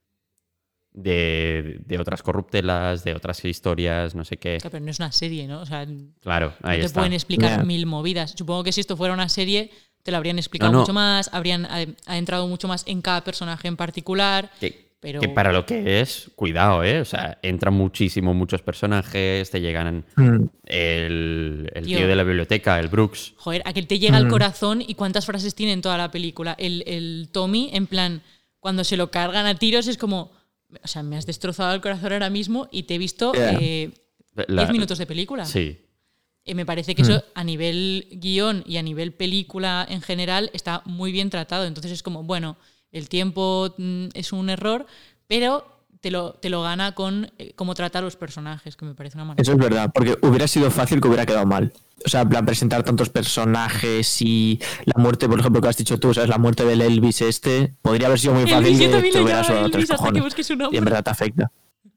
De, de otras corruptelas, de otras historias, no sé qué. Claro, pero no es una serie, ¿no? O sea, no Claro, ahí te está. pueden explicar Ya. mil movidas. Supongo que si esto fuera una serie, te lo habrían explicado No, no. mucho más, habrían eh, entrado mucho más en cada personaje en particular. Que, Pero- que para lo que es, cuidado, ¿eh? O sea, entran muchísimo, muchos personajes, te llegan Mm. el, el Tío. tío de la biblioteca, el Brooks. Joder, a que te llega al Mm. corazón y cuántas frases tiene en toda la película. El, el Tommy, en plan, cuando se lo cargan a tiros es como, o sea, me has destrozado el corazón ahora mismo y te he visto Yeah. eh, La- diez minutos de película. Sí. Eh, me parece que eso a nivel guión y a nivel película en general está muy bien tratado. Entonces es como, bueno, el tiempo mm, es un error, pero te lo, te lo gana con eh, cómo trata a los personajes, que me parece una maravilla. Eso es verdad, porque hubiera sido fácil que hubiera quedado mal. O sea, en plan, presentar tantos personajes y la muerte, por ejemplo, que has dicho tú, ¿sabes? La muerte del Elvis este, podría haber sido muy Elvis, fácil yo que también te le hubiera llamaba sudado tres Elvis hasta que cojones. busqué su Y en nombre. verdad te afecta.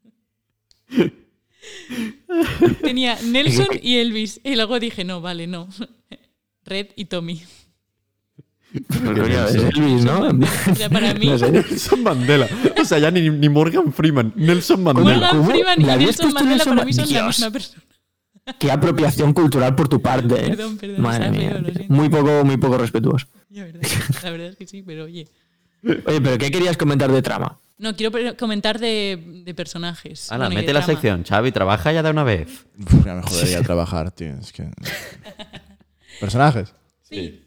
Tenía Nelson y Elvis. Y luego dije, no, vale, no. Red y Tommy. Coño, es Elvis, ¿no? O sea, para mí, No sé. Nelson Mandela. O sea, ya ni, ni Morgan Freeman, Nelson Mandela. Morgan ¿Cómo? Freeman y ¿Le habías Nelson puesto Mandela Nelson para mí son la Dios. misma persona. Qué apropiación cultural por tu parte. ¿eh? Perdón, perdón, Madre está mía. feo, lo siento. Muy poco, muy poco respetuoso. La verdad, la verdad es que sí, pero oye. Oye, pero ¿qué querías comentar de trama? No, quiero pre- comentar de, de personajes. Ala, bueno, y de mete la trama. sección, Xavi, trabaja ya de una vez. Uf, ya me jodería trabajar, tío. Es que... ¿Personajes? Sí.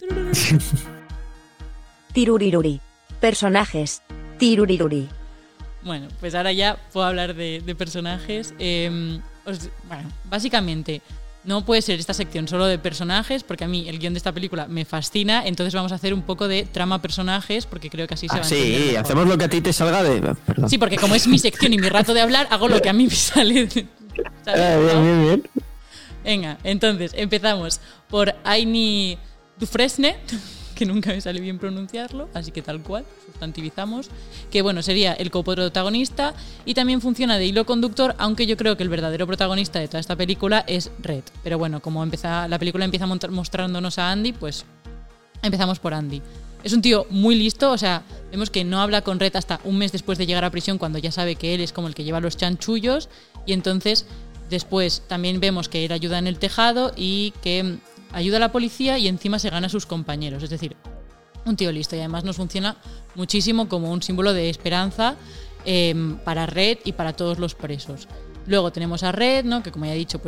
Tiruriruri. Personajes. Tiruriruri. Bueno, pues ahora ya puedo hablar de, de personajes. Eh, os- bueno, básicamente, no puede ser esta sección solo de personajes, porque a mí el guión de esta película me fascina. Entonces vamos a hacer un poco de trama personajes, porque creo que así se Ah, va a entender sí, mejor. hacemos lo que a ti te salga de... Perdón. Sí, porque como es mi sección y mi rato de hablar, hago lo que a mí me sale. de- ¿sabes? Eh, bien, ¿No? bien, bien. Venga, entonces empezamos por Aini Dufresne, que nunca me sale bien pronunciarlo, así que tal cual, sustantivizamos, que bueno, sería el coprotagonista y también funciona de hilo conductor, aunque yo creo que el verdadero protagonista de toda esta película es Red. Pero bueno, como empieza, la película empieza monta- mostrándonos a Andy, pues empezamos por Andy. Es un tío muy listo, o sea, vemos que no habla con Red hasta un mes después de llegar a prisión, cuando ya sabe que él es como el que lleva los chanchullos, y entonces después también vemos que él ayuda en el tejado y que mm, ayuda a la policía y encima se gana a sus compañeros. Es decir, un tío listo, y además nos funciona muchísimo como un símbolo de esperanza eh, para Red y para todos los presos. Luego tenemos a Red, ¿no? Que como ya he dicho, pues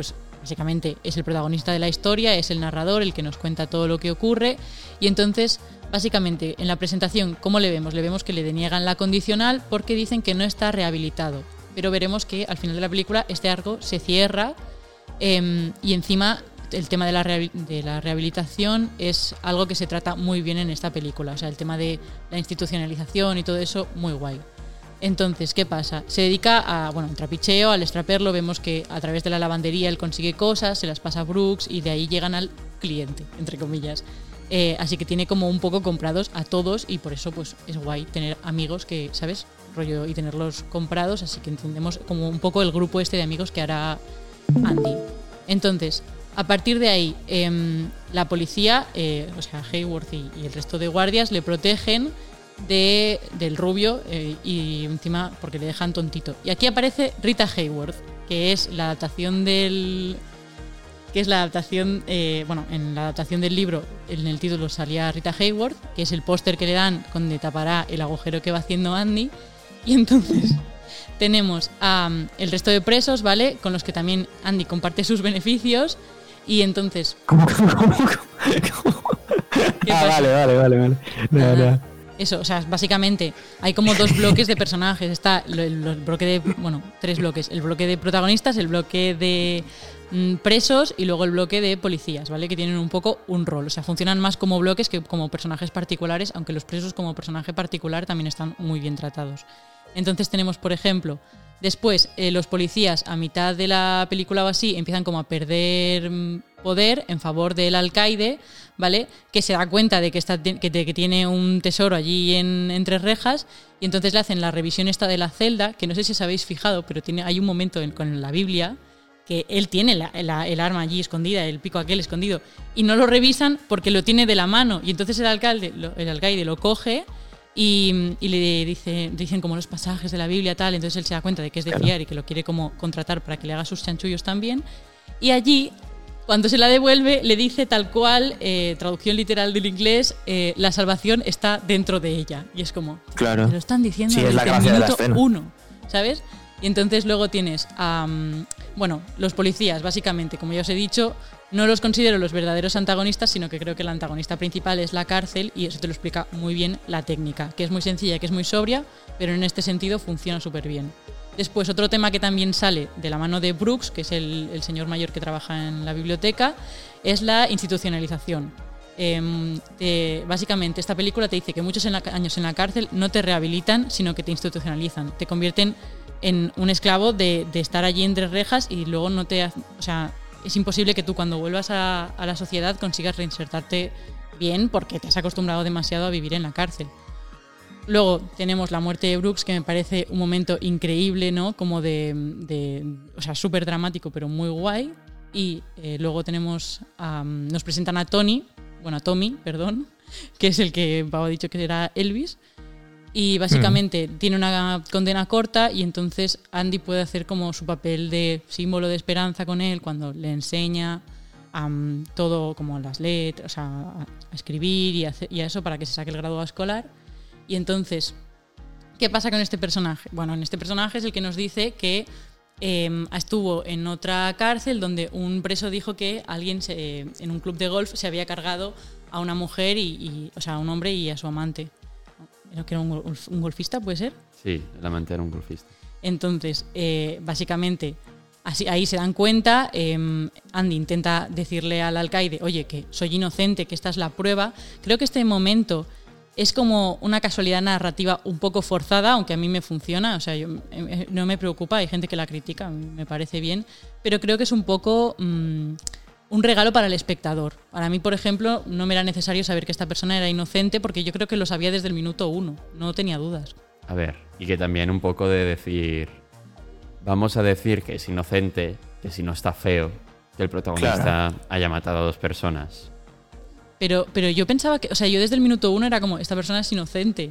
básicamente es el protagonista de la historia, es el narrador, el que nos cuenta todo lo que ocurre. Y entonces, básicamente, en la presentación, ¿cómo le vemos? Le vemos que le deniegan la condicional porque dicen que no está rehabilitado. Pero veremos que al final de la película este arco se cierra eh, y encima el tema de la, de la rehabilitación es algo que se trata muy bien en esta película. O sea, el tema de la institucionalización y todo eso, muy guay. Entonces, ¿qué pasa? Se dedica a, bueno, un trapicheo, al extraperlo. Vemos que a través de la lavandería él consigue cosas, se las pasa a Brooks y de ahí llegan al cliente, entre comillas. Eh, así que tiene como un poco comprados a todos y por eso pues es guay tener amigos que, ¿sabes? Rollo y tenerlos comprados, así que entendemos como un poco el grupo este de amigos que hará Andy. Entonces, a partir de ahí, eh, la policía, eh, o sea, Hayworth y, y el resto de guardias le protegen de, del rubio eh, y encima porque le dejan tontito. Y aquí aparece Rita Hayworth, que es la adaptación del... que es la adaptación, eh, bueno, en la adaptación del libro, en el título salía Rita Hayworth, que es el póster que le dan donde tapará el agujero que va haciendo Andy. Y entonces tenemos a um, el resto de presos, ¿vale? Con los que también Andy comparte sus beneficios. Y entonces... ¿Cómo, cómo, cómo, cómo? Ah, vale, vale, vale, vale. No, no. Eso, o sea, básicamente hay como dos bloques de personajes. Está el, el bloque de... Bueno, tres bloques. El bloque de protagonistas, el bloque de mm, presos y luego el bloque de policías, ¿vale? Que tienen un poco un rol. O sea, funcionan más como bloques que como personajes particulares, aunque los presos como personaje particular también están muy bien tratados. Entonces tenemos, por ejemplo, después eh, los policías a mitad de la película o así empiezan como a perder mm, poder en favor del alcaide, ¿vale? Que se da cuenta de que, está, que, de que tiene un tesoro allí en, entre rejas y entonces le hacen la revisión esta de la celda, que no sé si os habéis fijado, pero tiene, hay un momento en, con la Biblia que él tiene la, la, el arma allí escondida, el pico aquel escondido, y no lo revisan porque lo tiene de la mano y entonces el alcalde, lo, el alcaide lo coge y, y le dice, dicen como los pasajes de la Biblia tal, entonces él se da cuenta de que es de fiar y que lo quiere como contratar para que le haga sus chanchullos también. Y allí, cuando se la devuelve, le dice tal cual, eh, traducción literal del inglés, eh, la salvación está dentro de ella. Y es como, claro. Te lo están diciendo sí, desde es la el gracia de la minuto escena. uno, ¿sabes? Y entonces luego tienes a, um, bueno, los policías, básicamente, como ya os he dicho, no los considero los verdaderos antagonistas, sino que creo que el antagonista principal es la cárcel y eso te lo explica muy bien la técnica, que es muy sencilla, que es muy sobria, pero en este sentido funciona súper bien. Después, otro tema que también sale de la mano de Brooks, que es el, el señor mayor que trabaja en la biblioteca, es la institucionalización. Eh, te, básicamente, esta película te dice que muchos en la, años en la cárcel no te rehabilitan, sino que te institucionalizan, te convierten en un esclavo de, de estar allí entre rejas y luego no te... O sea, es imposible que tú cuando vuelvas a, a la sociedad consigas reinsertarte bien porque te has acostumbrado demasiado a vivir en la cárcel. Luego tenemos la muerte de Brooks, que me parece un momento increíble, ¿no? Como de... de o sea, súper dramático, pero muy guay. Y eh, luego tenemos... Um, nos presentan a Tony, bueno, a Tommy, perdón, que es el que Pau ha dicho que era Elvis. Y básicamente mm. tiene una condena corta y entonces Andy puede hacer como su papel de símbolo de esperanza con él cuando le enseña um, todo, como las letras, o sea, a, a escribir y a, hacer, y a eso para que se saque el grado escolar. Y entonces, ¿qué pasa con este personaje? Bueno, en este personaje es el que nos dice que eh, estuvo en otra cárcel donde un preso dijo que alguien se, en un club de golf se había cargado a una mujer, y, y, o sea, a un hombre y a su amante. ¿Creo que era un, golf, un golfista, puede ser? Sí, el amante era un golfista. Entonces, eh, básicamente, así, ahí se dan cuenta, eh, Andy intenta decirle al alcaide, oye, que soy inocente, que esta es la prueba. Creo que este momento es como una casualidad narrativa un poco forzada, aunque a mí me funciona, o sea, yo, eh, no me preocupa, hay gente que la critica, me parece bien, pero creo que es un poco... Mmm, un regalo para el espectador. Para mí, por ejemplo, no me era necesario saber que esta persona era inocente porque yo creo que lo sabía desde el minuto uno. No tenía dudas. A ver, y que también un poco de decir... Vamos a decir que es inocente, que si no está feo, que el protagonista claro. haya matado a dos personas. Pero, pero yo pensaba que... O sea, yo desde el minuto uno era como, esta persona es inocente.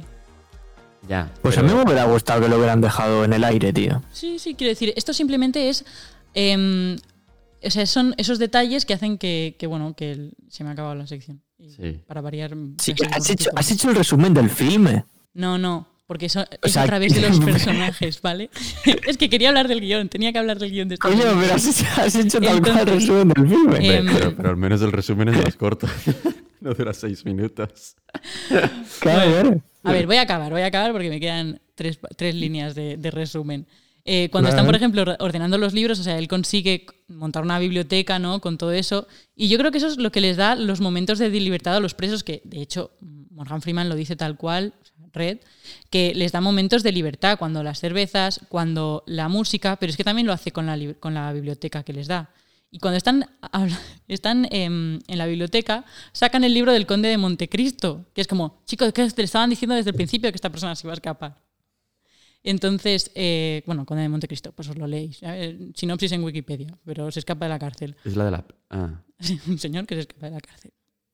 Ya. Pues pero... a mí me hubiera gustado que lo hubieran dejado en el aire, tío. Sí, sí, quiero decir, esto simplemente es... Eh, O sea, son esos detalles que hacen que, que bueno, que el, se me ha acabado la sección. Y sí. Para variar... Sí, has hecho, has hecho el resumen del filme. No, no. porque eso O es sea, a través de los personajes, ¿vale? Es que quería hablar del guión, tenía que hablar del guión de esta Coño, película. pero has, has hecho tal cual Entonces, resumen del filme. em, Pero, pero al menos el resumen es más corto. No dura seis minutos. Claro, claro. A ver, voy a acabar, voy a acabar porque me quedan tres, tres líneas de, de resumen. Eh, cuando Vale. están, por ejemplo, or- ordenando los libros, o sea, él consigue montar una biblioteca, ¿no? Con todo eso. Y yo creo que eso es lo que les da los momentos de libertad a los presos, que de hecho Morgan Freeman lo dice tal cual, o sea, Red, que les da momentos de libertad cuando las cervezas, cuando la música, pero es que también lo hace con la, li- con la biblioteca que les da. Y cuando están, habla- están em, en la biblioteca, sacan el libro del Conde de Montecristo, que es como, chicos, que te estaban diciendo desde el principio que esta persona se iba a escapar. Entonces, eh, bueno, Conde de Montecristo, pues os lo leéis. Eh, sinopsis en Wikipedia, pero se escapa de la cárcel. Es la de la... Ah. Un señor que se escapa de la cárcel.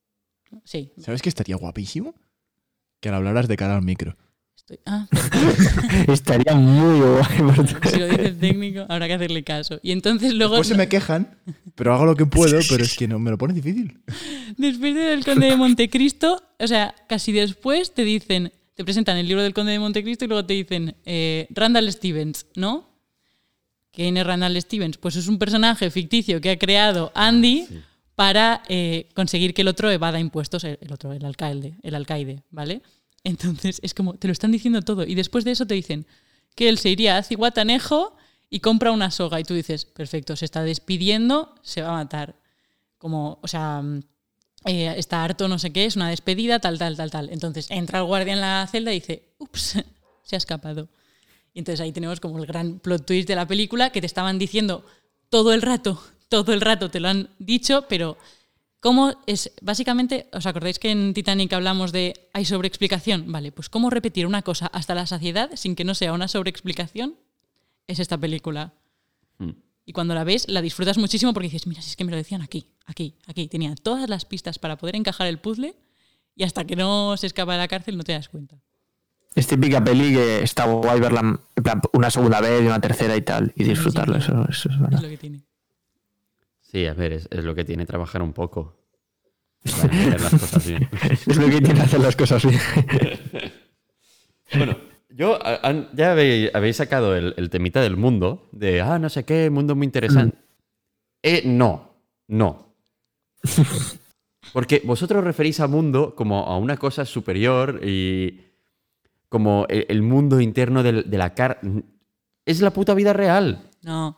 Sí, ¿Sabes qué estaría guapísimo? Que le hablaras de cara al micro. estoy... Ah, Estaría muy guay. por tu- si lo dice el técnico, habrá que hacerle caso. Y entonces luego... Después se me quejan, pero hago lo que puedo, pero es que no me lo pone difícil. Después del Conde de Montecristo, o sea, casi después te dicen, te presentan el libro del Conde de Montecristo y luego te dicen eh, Randall Stevens, ¿no? ¿Quién es Randall Stevens? Pues es un personaje ficticio que ha creado Andy Sí. para eh, conseguir que el otro evada impuestos, el, el otro, el alcalde, el alcaide, ¿vale? Entonces es como, te lo están diciendo todo. Y después de eso te dicen que él se iría a Cihuatanejo y compra una soga. Y tú dices, perfecto, se está despidiendo, se va a matar. Como, o sea... Eh, está harto, no sé qué, es una despedida, tal, tal, tal, tal. Entonces entra el guardia en la celda y dice, ups, se ha escapado. Y entonces ahí tenemos como el gran plot twist de la película que te estaban diciendo todo el rato, todo el rato te lo han dicho, pero ¿cómo es? Básicamente, ¿os acordáis que en Titanic hablamos de hay sobreexplicación? Vale, pues ¿cómo repetir una cosa hasta la saciedad sin que no sea una sobreexplicación? Es esta película. Mm. Y cuando la ves, la disfrutas muchísimo porque dices, mira, si es que me lo decían aquí, aquí, aquí. Tenía todas las pistas para poder encajar el puzzle y hasta que no se escapa de la cárcel no te das cuenta. Es típica peli que está guay verla en plan, una segunda vez y una tercera y tal, y disfrutarla. Sí, sí. Eso, eso es Es verdad. lo que tiene. Sí, a ver, es, es lo que tiene trabajar un poco. Para hacer las cosas bien. Es lo que tiene hacer las cosas bien. Bueno, yo a- an- ya habéis, habéis sacado el, el temita del mundo, de, ah, no sé qué, mundo muy interesante. Eh, no, no. Porque vosotros referís a mundo como a una cosa superior y como el, el mundo interno del- de la cara. Es la puta vida real. No.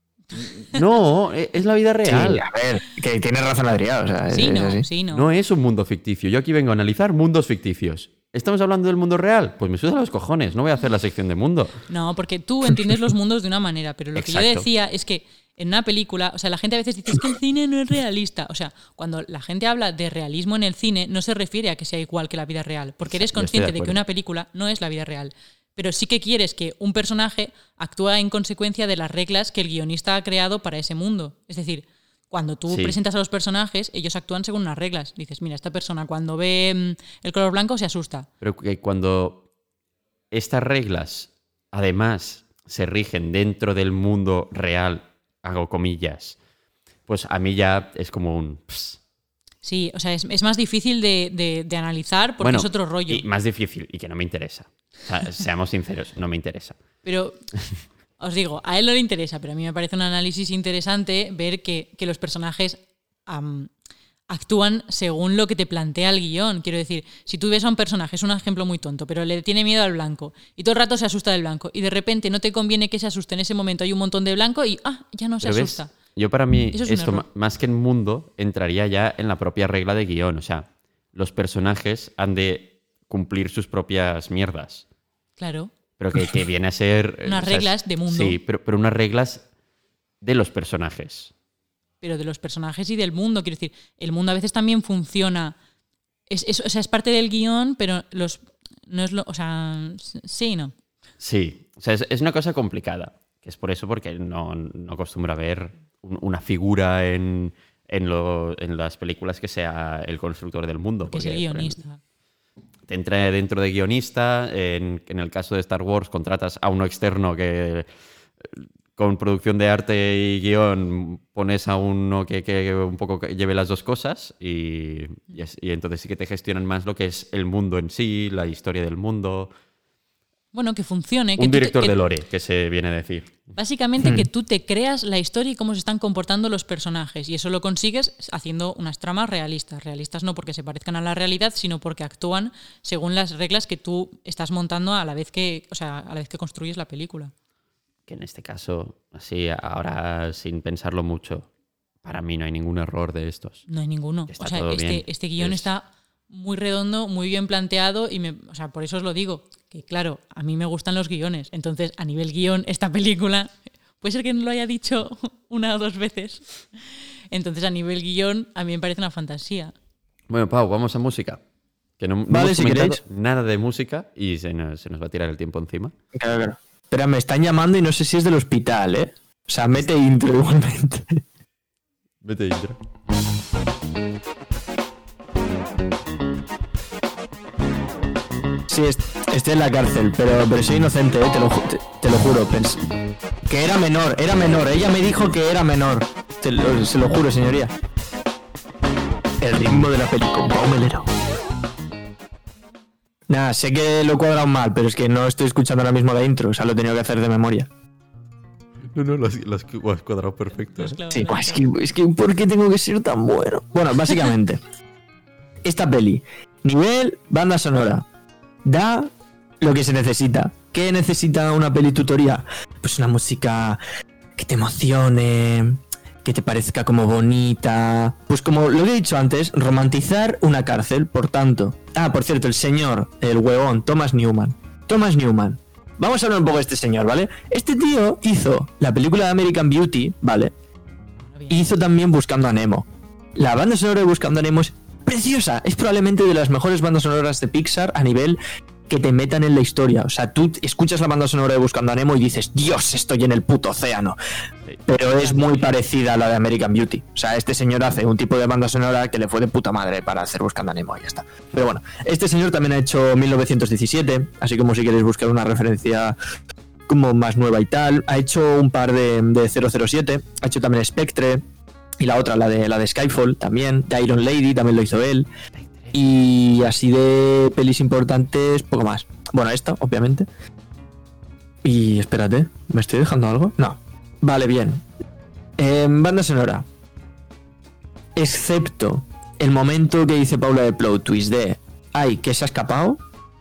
No, e- es la vida real. Sí, a ver, que tienes razón Adrián. O sea, Sí, es, es no, así. sí, no. No es un mundo ficticio. Yo aquí vengo a analizar mundos ficticios. ¿Estamos hablando del mundo real? Pues me suda los cojones. No voy a hacer la sección de mundo. No, porque tú entiendes los mundos de una manera, pero lo que yo Exacto. decía es que en una película, o sea, la gente a veces dice es que el cine no es realista. O sea, cuando la gente habla de realismo en el cine, no se refiere a que sea igual que la vida real, porque eres Yo estoy de consciente de que acuerdo. una película no es la vida real. Pero sí que quieres que un personaje actúe en consecuencia de las reglas que el guionista ha creado para ese mundo. Es decir, cuando tú Sí. presentas a los personajes, ellos actúan según unas reglas. Dices, mira, esta persona cuando ve mm, el color blanco se asusta. Pero que cuando estas reglas, además, se rigen dentro del mundo real, hago comillas, pues a mí ya es como un... ps. Sí, o sea, es, es más difícil de, de- de analizar porque Bueno, es otro rollo. Y más difícil y que no me interesa. O sea, seamos sinceros, no me interesa. Pero os digo, a él no le interesa, pero a mí me parece un análisis interesante ver que, que los personajes am, actúan según lo que te plantea el guión. Quiero decir, si tú ves a un personaje, es un ejemplo muy tonto, pero le tiene miedo al blanco y todo el rato se asusta del blanco y de repente no te conviene que se asuste en ese momento, hay un montón de blanco y ah, ya no se Pero ves, asusta. yo para mí, Eso es un esto error. ma- más que en mundo, entraría ya en la propia regla de guión. O sea, los personajes han de cumplir sus propias mierdas. Claro. Pero que, que viene a ser... Unas o sea, es- reglas de mundo. Sí, pero, pero unas reglas de los personajes. Pero de los personajes y del mundo. Quiero decir, el mundo a veces también funciona. Es, es- o sea, es parte del guión, pero los no es lo. O sea, sí, no. Sí, o sea, es, es una cosa complicada. Que es por eso porque no, no acostumbro a ver un- una figura en, en, lo- en las películas que sea el constructor del mundo. Que es el porque, por guionista. te entra dentro de guionista. En, en el caso de Star Wars, contratas a uno externo que eh, con producción de arte y guión pones a uno que, que un poco que lleve las dos cosas y, y, es- y entonces sí que te gestionan más lo que es el mundo en sí, la historia del mundo. bueno, que funcione. Que Un tú te- director que- de lore, que se viene a decir. Básicamente Hmm. que tú te creas la historia y cómo se están comportando los personajes. Y eso lo consigues haciendo unas tramas realistas. Realistas no porque se parezcan a la realidad, sino porque actúan según las reglas que tú estás montando a la vez que, o sea, a la vez que construyes la película. Que en este caso, así, ahora sin pensarlo mucho, para mí no hay ningún error de estos. No hay ninguno. Está O sea, todo bien. este, este guión Es- está muy redondo, muy bien planteado y me, o sea, por eso os lo digo. Que claro, a mí me gustan los guiones. Entonces, a nivel guión, esta película, puede ser que no lo haya dicho una o dos veces. Entonces, a nivel guión, a mí me parece una fantasía. Bueno, Pau, vamos a música. Que no, no Vale, hemos si comentado queréis. nada de música y se nos, se nos va a tirar el tiempo encima. Claro, claro. Espera, me están llamando y no sé si es del hospital, ¿eh? O sea, mete intro igualmente. Vete intro. Sí, est- estoy en la cárcel, pero, pero soy inocente, ¿eh? te, lo, ju- te, te lo juro. Pens- que era menor, era menor. Ella me dijo que era menor. Te lo- se lo juro, señoría. El ritmo de la película, Pau Melero. Nada, sé que lo he cuadrado mal, pero es que no estoy escuchando ahora mismo la intro, o sea, lo he tenido que hacer de memoria. No, no, lo has, lo has cuadrado perfecto. Los ¿eh? clavos Sí, en la buah, es cara. que, es que ¿por qué tengo que ser tan bueno? Bueno, básicamente, esta peli, nivel banda sonora, da lo que se necesita. ¿Qué necesita una peli tutoría? Pues una música que te emocione, que te parezca como bonita. Pues como lo que he dicho antes, romantizar una cárcel, por tanto. Ah, por cierto, el señor, el huevón, Thomas Newman. Thomas Newman. Vamos a hablar un poco de este señor, ¿vale? Este tío hizo la película de American Beauty, ¿vale? Hizo también Buscando a Nemo. La banda sonora de Buscando a Nemo es preciosa. Es probablemente de las mejores bandas sonoras de Pixar a nivel que te metan en la historia. O sea, tú escuchas la banda sonora de Buscando a Nemo y dices, Dios, estoy en el puto océano. Sí. Pero es muy parecida a la de American Beauty. O sea, este señor hace un tipo de banda sonora que le fue de puta madre para hacer Buscando a Nemo y ya está. Pero bueno, este señor también ha hecho mil novecientos diecisiete, así como si queréis buscar una referencia como más nueva y tal. Ha hecho un par de, de cero cero siete, ha hecho también Spectre y la otra, la de, la de Skyfall también. The Iron Lady también lo hizo él. Y así de pelis importantes, poco más. Bueno, esta, obviamente. Y espérate, ¿me estoy dejando algo? No. Vale, bien. En banda sonora. Excepto el momento que dice Paula de plot twist de ay, que se ha escapado.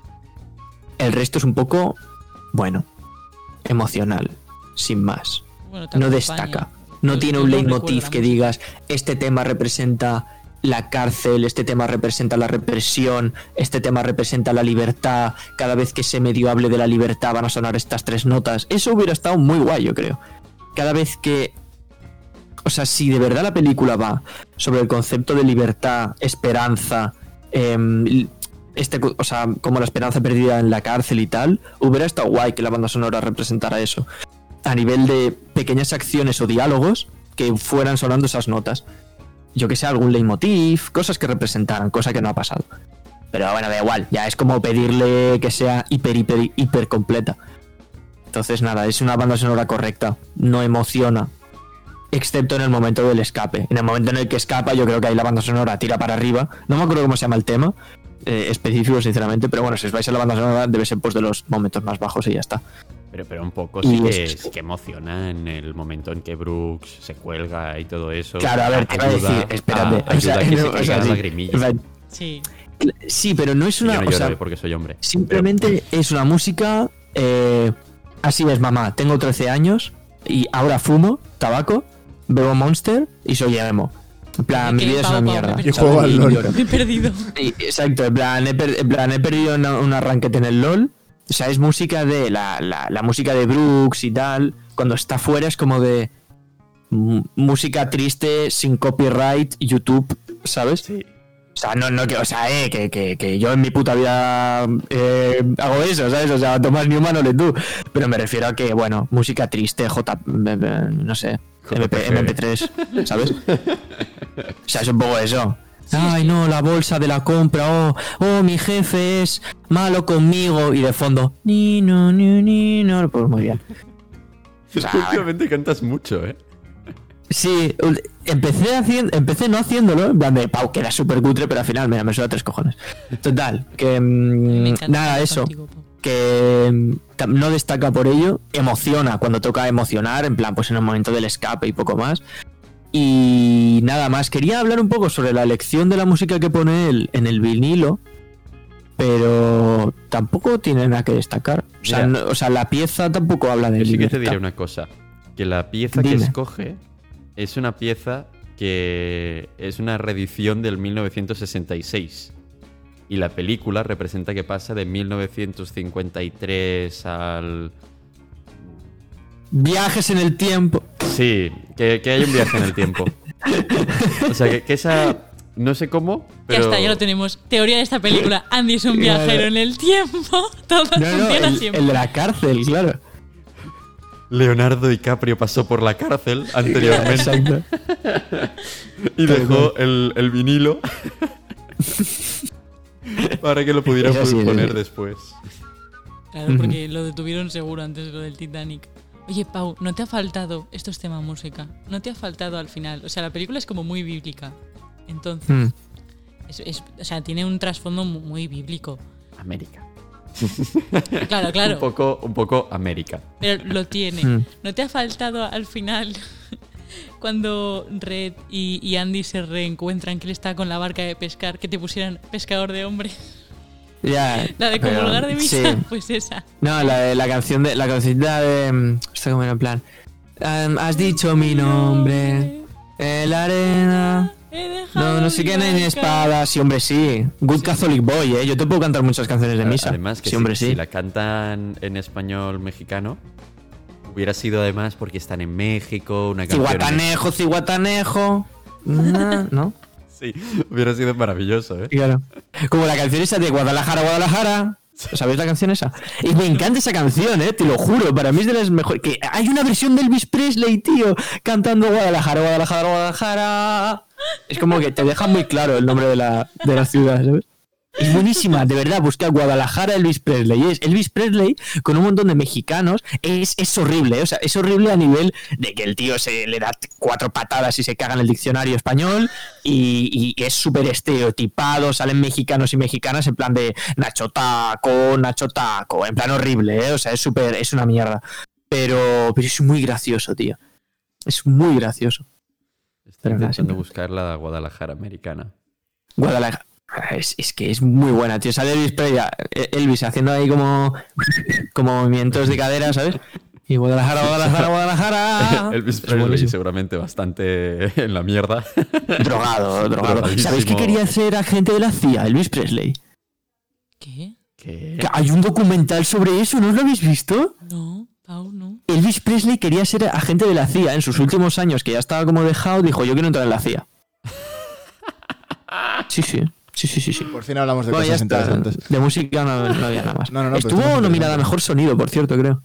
El resto es un poco, bueno, emocional, sin más. Bueno, te No acompaña. destaca. No Yo- tiene yo un no leitmotiv recuerdo que la digas, este tema representa la cárcel, este tema representa la represión, este tema representa la libertad, cada vez que se medio hable de la libertad van a sonar estas tres notas. Eso hubiera estado muy guay, yo creo. Cada vez que... O sea, si de verdad la película va sobre el concepto de libertad, esperanza, em, este, o sea, como la esperanza perdida en la cárcel y tal, hubiera estado guay que la banda sonora representara eso. A nivel de pequeñas acciones o diálogos que fueran sonando esas notas. Yo que sé, algún leitmotiv, cosas que representaran, cosa que no ha pasado. Pero bueno, da igual, ya es como pedirle que sea hiper, hiper, hiper completa. Entonces nada, es una banda sonora correcta, no emociona. Excepto en el momento del escape. En el momento en el que escapa, yo creo que ahí la banda sonora tira para arriba. No me acuerdo cómo se llama el tema eh, específico, sinceramente, pero bueno, si os vais a la banda sonora, debe ser pues de los momentos más bajos y ya está. Pero, pero un poco Y sí que, es- sí que emociona en el momento en que Brooks se cuelga y todo eso. Claro, a ver, te iba a Ayuda decir, espérate. a- ayuda a que no, se o caigan sea, las sí, lagrimillas. en plan, Sí. sí, pero no es Yo una. no O lloro sea, porque soy hombre. simplemente es una música. eh, así es, mamá. Tengo trece años y ahora fumo tabaco, bebo Monster y soy emo. En plan, mi ¿Qué? vida es Pau, una Pau, mierda. me Y juego al Y LOL. lloro. Me he perdido. Sí, exacto, en plan, he, per- en plan, he perdido una- un arranquete en el LOL. O sea, es música de. La, la, la música de Brooks y tal. Cuando está fuera es como de. m- música triste, sin copyright, YouTube, ¿sabes? Sí. O sea, no, no, que, o sea, eh, que, que, que yo en mi puta vida eh, hago eso, ¿sabes? O sea, Tomás Newman, ole tú. Pero me refiero a que, bueno, música triste, J. No sé, M P, M P tres, ¿sabes? O sea, es un poco eso. Ay, no, la bolsa de la compra, oh, oh, mi jefe es malo conmigo. Y de fondo, ni, no, ni, ni, no. Pues muy bien. O sea, Últimamente cantas mucho, ¿eh? Sí, ul- empecé haciendo, empecé no haciéndolo, en plan de Pau, que era súper cutre, pero al final, mira, me suena tres cojones. Total, que Me mm, encanta nada, estar eso. contigo, Pau. que mm, no destaca por ello, emociona cuando toca emocionar, en plan, pues en el momento del escape y poco más. Y nada más, quería hablar un poco sobre la elección de la música que pone él en el vinilo, pero tampoco tiene nada que destacar. O sea, Mira, no- o sea la pieza tampoco habla de Yo sí que te libertad. diré una cosa. Que la pieza que Dime. escoge es una pieza que es una reedición del mil novecientos sesenta y seis. Y la película representa que pasa de mil novecientos cincuenta y tres al... Viajes en el tiempo. Sí, que, que hay un viaje en el tiempo. O sea, que, que esa... No sé cómo, pero... Ya está, ya lo tenemos. Teoría de esta película. Andy es un viajero en el tiempo. Todo No, no, funciona el, siempre. el de la cárcel, claro. Leonardo DiCaprio pasó por la cárcel anteriormente Exacto. y Tal dejó el, el vinilo para que lo pudieran Eso sí, poner sí. después. Claro, porque lo detuvieron seguro antes de lo del Titanic. Oye, Pau, ¿no te ha faltado, esto es tema música, no te ha faltado al final? O sea, la película es como muy bíblica. Entonces, Mm. es, es- o sea, tiene un trasfondo mu- muy bíblico. América. Claro, claro, Un poco, un poco América. pero lo tiene. Mm. ¿No te ha faltado al final cuando Red y, y Andy se reencuentran, que él está con la barca de pescar, que te pusieran pescador de hombre? Ya, La de pero, comulgar de misa, sí. pues esa. No, la, de- la canción de la cancionita de mm, esto como era en plan um, has dicho mi nombre en la arena. He dejado No, no sé mi qué, ni barca. espada. Sí, hombre, sí. Good Catholic Boy, ¿eh? Yo te puedo cantar muchas canciones de misa. Además, que sí, si, hombre, si sí. la cantan en español mexicano, hubiera sido además porque están en México, una canción... Ciguatanejo, ciguatanejo. No, ¿no? Sí, hubiera sido maravilloso, ¿eh? Claro. Como la canción esa de Guadalajara, Guadalajara. ¿Sabéis la canción esa? Y me encanta esa canción, ¿eh? Te lo juro. Para mí es de las mejores. Que hay una versión de Elvis Presley, tío, cantando Guadalajara, Guadalajara, Guadalajara. Es como que te deja muy claro el nombre de la, de la ciudad, ¿sabes? Es buenísima, de verdad, busca Guadalajara Elvis Presley. Es Elvis Presley con un montón de mexicanos. Es, es horrible, ¿eh? O sea, es horrible a nivel de que el tío se le da cuatro patadas y se caga en el diccionario español. Y, y es súper estereotipado. Salen mexicanos y mexicanas en plan de Nacho Taco, Nacho Taco. En plan horrible, ¿eh? O sea, es súper, es una mierda. Pero, pero es muy gracioso, tío. Es muy gracioso. Estoy Pero nada, intentando siempre. buscar la Guadalajara americana. Guadalajara. Es, es que es muy buena, tío. Sale Elvis Presley, Elvis haciendo ahí como, como movimientos de cadera, ¿sabes? Y Guadalajara, Guadalajara, Guadalajara. Elvis Es Presley buenísimo. seguramente bastante en la mierda. Drogado, drogado. Drogadísimo. ¿Sabéis qué quería hacer agente de la C I A, Elvis Presley? ¿Qué? ¿Qué? Que hay un documental sobre eso, ¿no os lo habéis visto? No, Pau, no. Elvis Presley quería ser agente de la C I A en sus últimos años, que ya estaba como dejado, dijo, yo quiero entrar en la C I A. Sí, sí. Sí, sí, sí, sí. Por fin hablamos de Bueno, ya cosas está. interesantes. De música no, no había nada más. No, no, no, pero Estuvo esto es nominada a interesante. Mejor Sonido, por cierto, creo.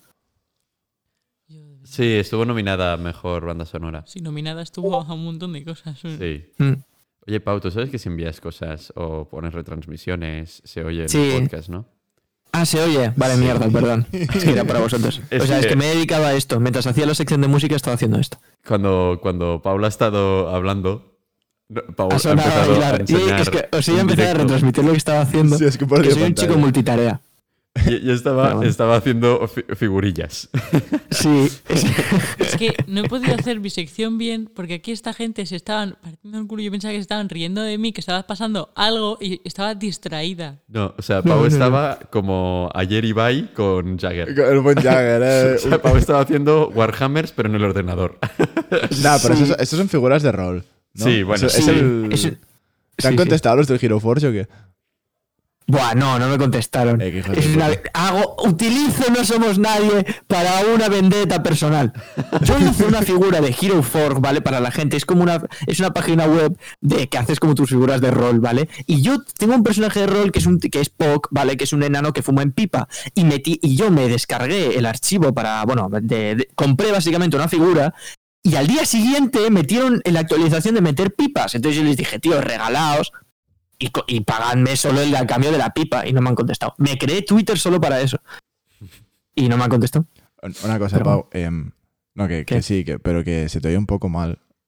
Sí, estuvo nominada a Mejor Banda Sonora. Sí, nominada estuvo a un montón de cosas. Sí. Mm. Oye, Pau, ¿tú sabes que si envías cosas o pones retransmisiones se oye en Sí. el podcast, no? Ah, se oye. Vale, mierda, perdón. Sí, era para vosotros. Es o sea, es que- que me he dedicado a esto. Mientras hacía la sección de música, estaba haciendo esto. Cuando, cuando Paula ha estado hablando, no, Paula Ha ha sonado a empezado a bailar. Y enseñar es que os iba a un empezar a directo. retransmitir lo que estaba haciendo. Sí, es que por que Dios, soy un pantalla. chico multitarea. Yo, yo estaba, Pero bueno. estaba haciendo fi- figurillas. Sí. es- Es que no he podido hacer mi sección bien porque aquí esta gente se estaban partiendo el culo. Yo pensaba que se estaban riendo de mí, que estaba pasando algo y estaba distraída. No, o sea, Pau No, no, no. estaba como ayer Ibai con Jagger. El buen Jagger, eh. O sea, Pau estaba haciendo Warhammers, pero en el ordenador. Nah, pero Sí. esos, esos son figuras de rol. ¿no? Sí, bueno, Eso- es sí. el- Es- ¿Te han sí, sí. contestado los del Hero Forge o qué? Buah, no, no me contestaron. Eh, qué hijos de Es una- puta. hago, utilizo No Somos Nadie para una vendetta personal. Yo hice una figura de Hero Forge, ¿vale? Para la gente. Es como una, es una página web de que haces como tus figuras de rol, ¿vale? Y yo tengo un personaje de rol que es un que es Poc, ¿vale? Que es un enano que fuma en pipa. Y metí, y yo me descargué el archivo para, bueno, de- de- compré básicamente una figura. Y al día siguiente metieron en la actualización de meter pipas. Entonces yo les dije, tío, regalaos. Y, co- y pagadme solo el a cambio de la pipa. Y no me han contestado. Me creé Twitter solo para eso. Y no me han contestado. Una cosa, Pero- Pau. em, no, que, que ¿Qué? sí, que, pero que se te oye un poco mal.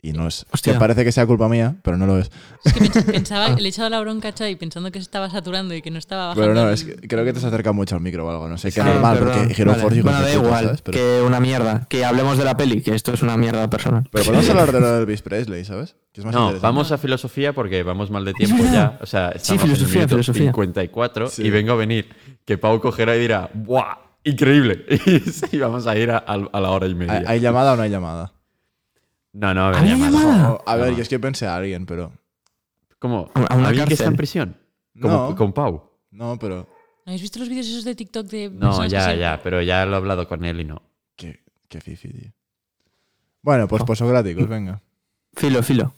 Y no es... Hostia. Que parece que sea culpa mía, pero no lo es. Es que pens- pensaba, le he echado la bronca a Xavi pensando que se estaba saturando y que no estaba bajando. Pero no, el- es que creo que te has acercado mucho al micro o algo. No sé qué Ah, normal, perdón. porque Hero Vale. Force hijo Bueno, de da puta, igual, ¿sabes? Pero, que una mierda. Que hablemos de la peli, que esto es una mierda personal. pero podemos hablar de lo de Elvis Presley, ¿sabes? Que es más No, interesante. vamos a filosofía porque vamos mal de tiempo verdad. ya. O sea, estamos filosofía, en el minuto filosofía. cincuenta y cuatro Sí. y vengo a venir que Pau cogerá y dirá ¡buah! ¡Increíble! Y vamos a ir a, a la hora y media. ¿Hay, ¿Hay llamada o no hay llamada? No, no, a ver, ¿Había llamada. llamada? O- a ver, No. yo es que pensé a alguien, pero... ¿Cómo? A una ¿Alguien que está cárcel. en prisión? Como, No. Con Pau. No, pero... ¿No habéis visto los vídeos esos de TikTok de No, personas que ya, se- ya, pero ya lo he hablado con él y no. Qué, qué fifi, tío. Bueno, pues Oh. posocráticos, venga. Filo, filo.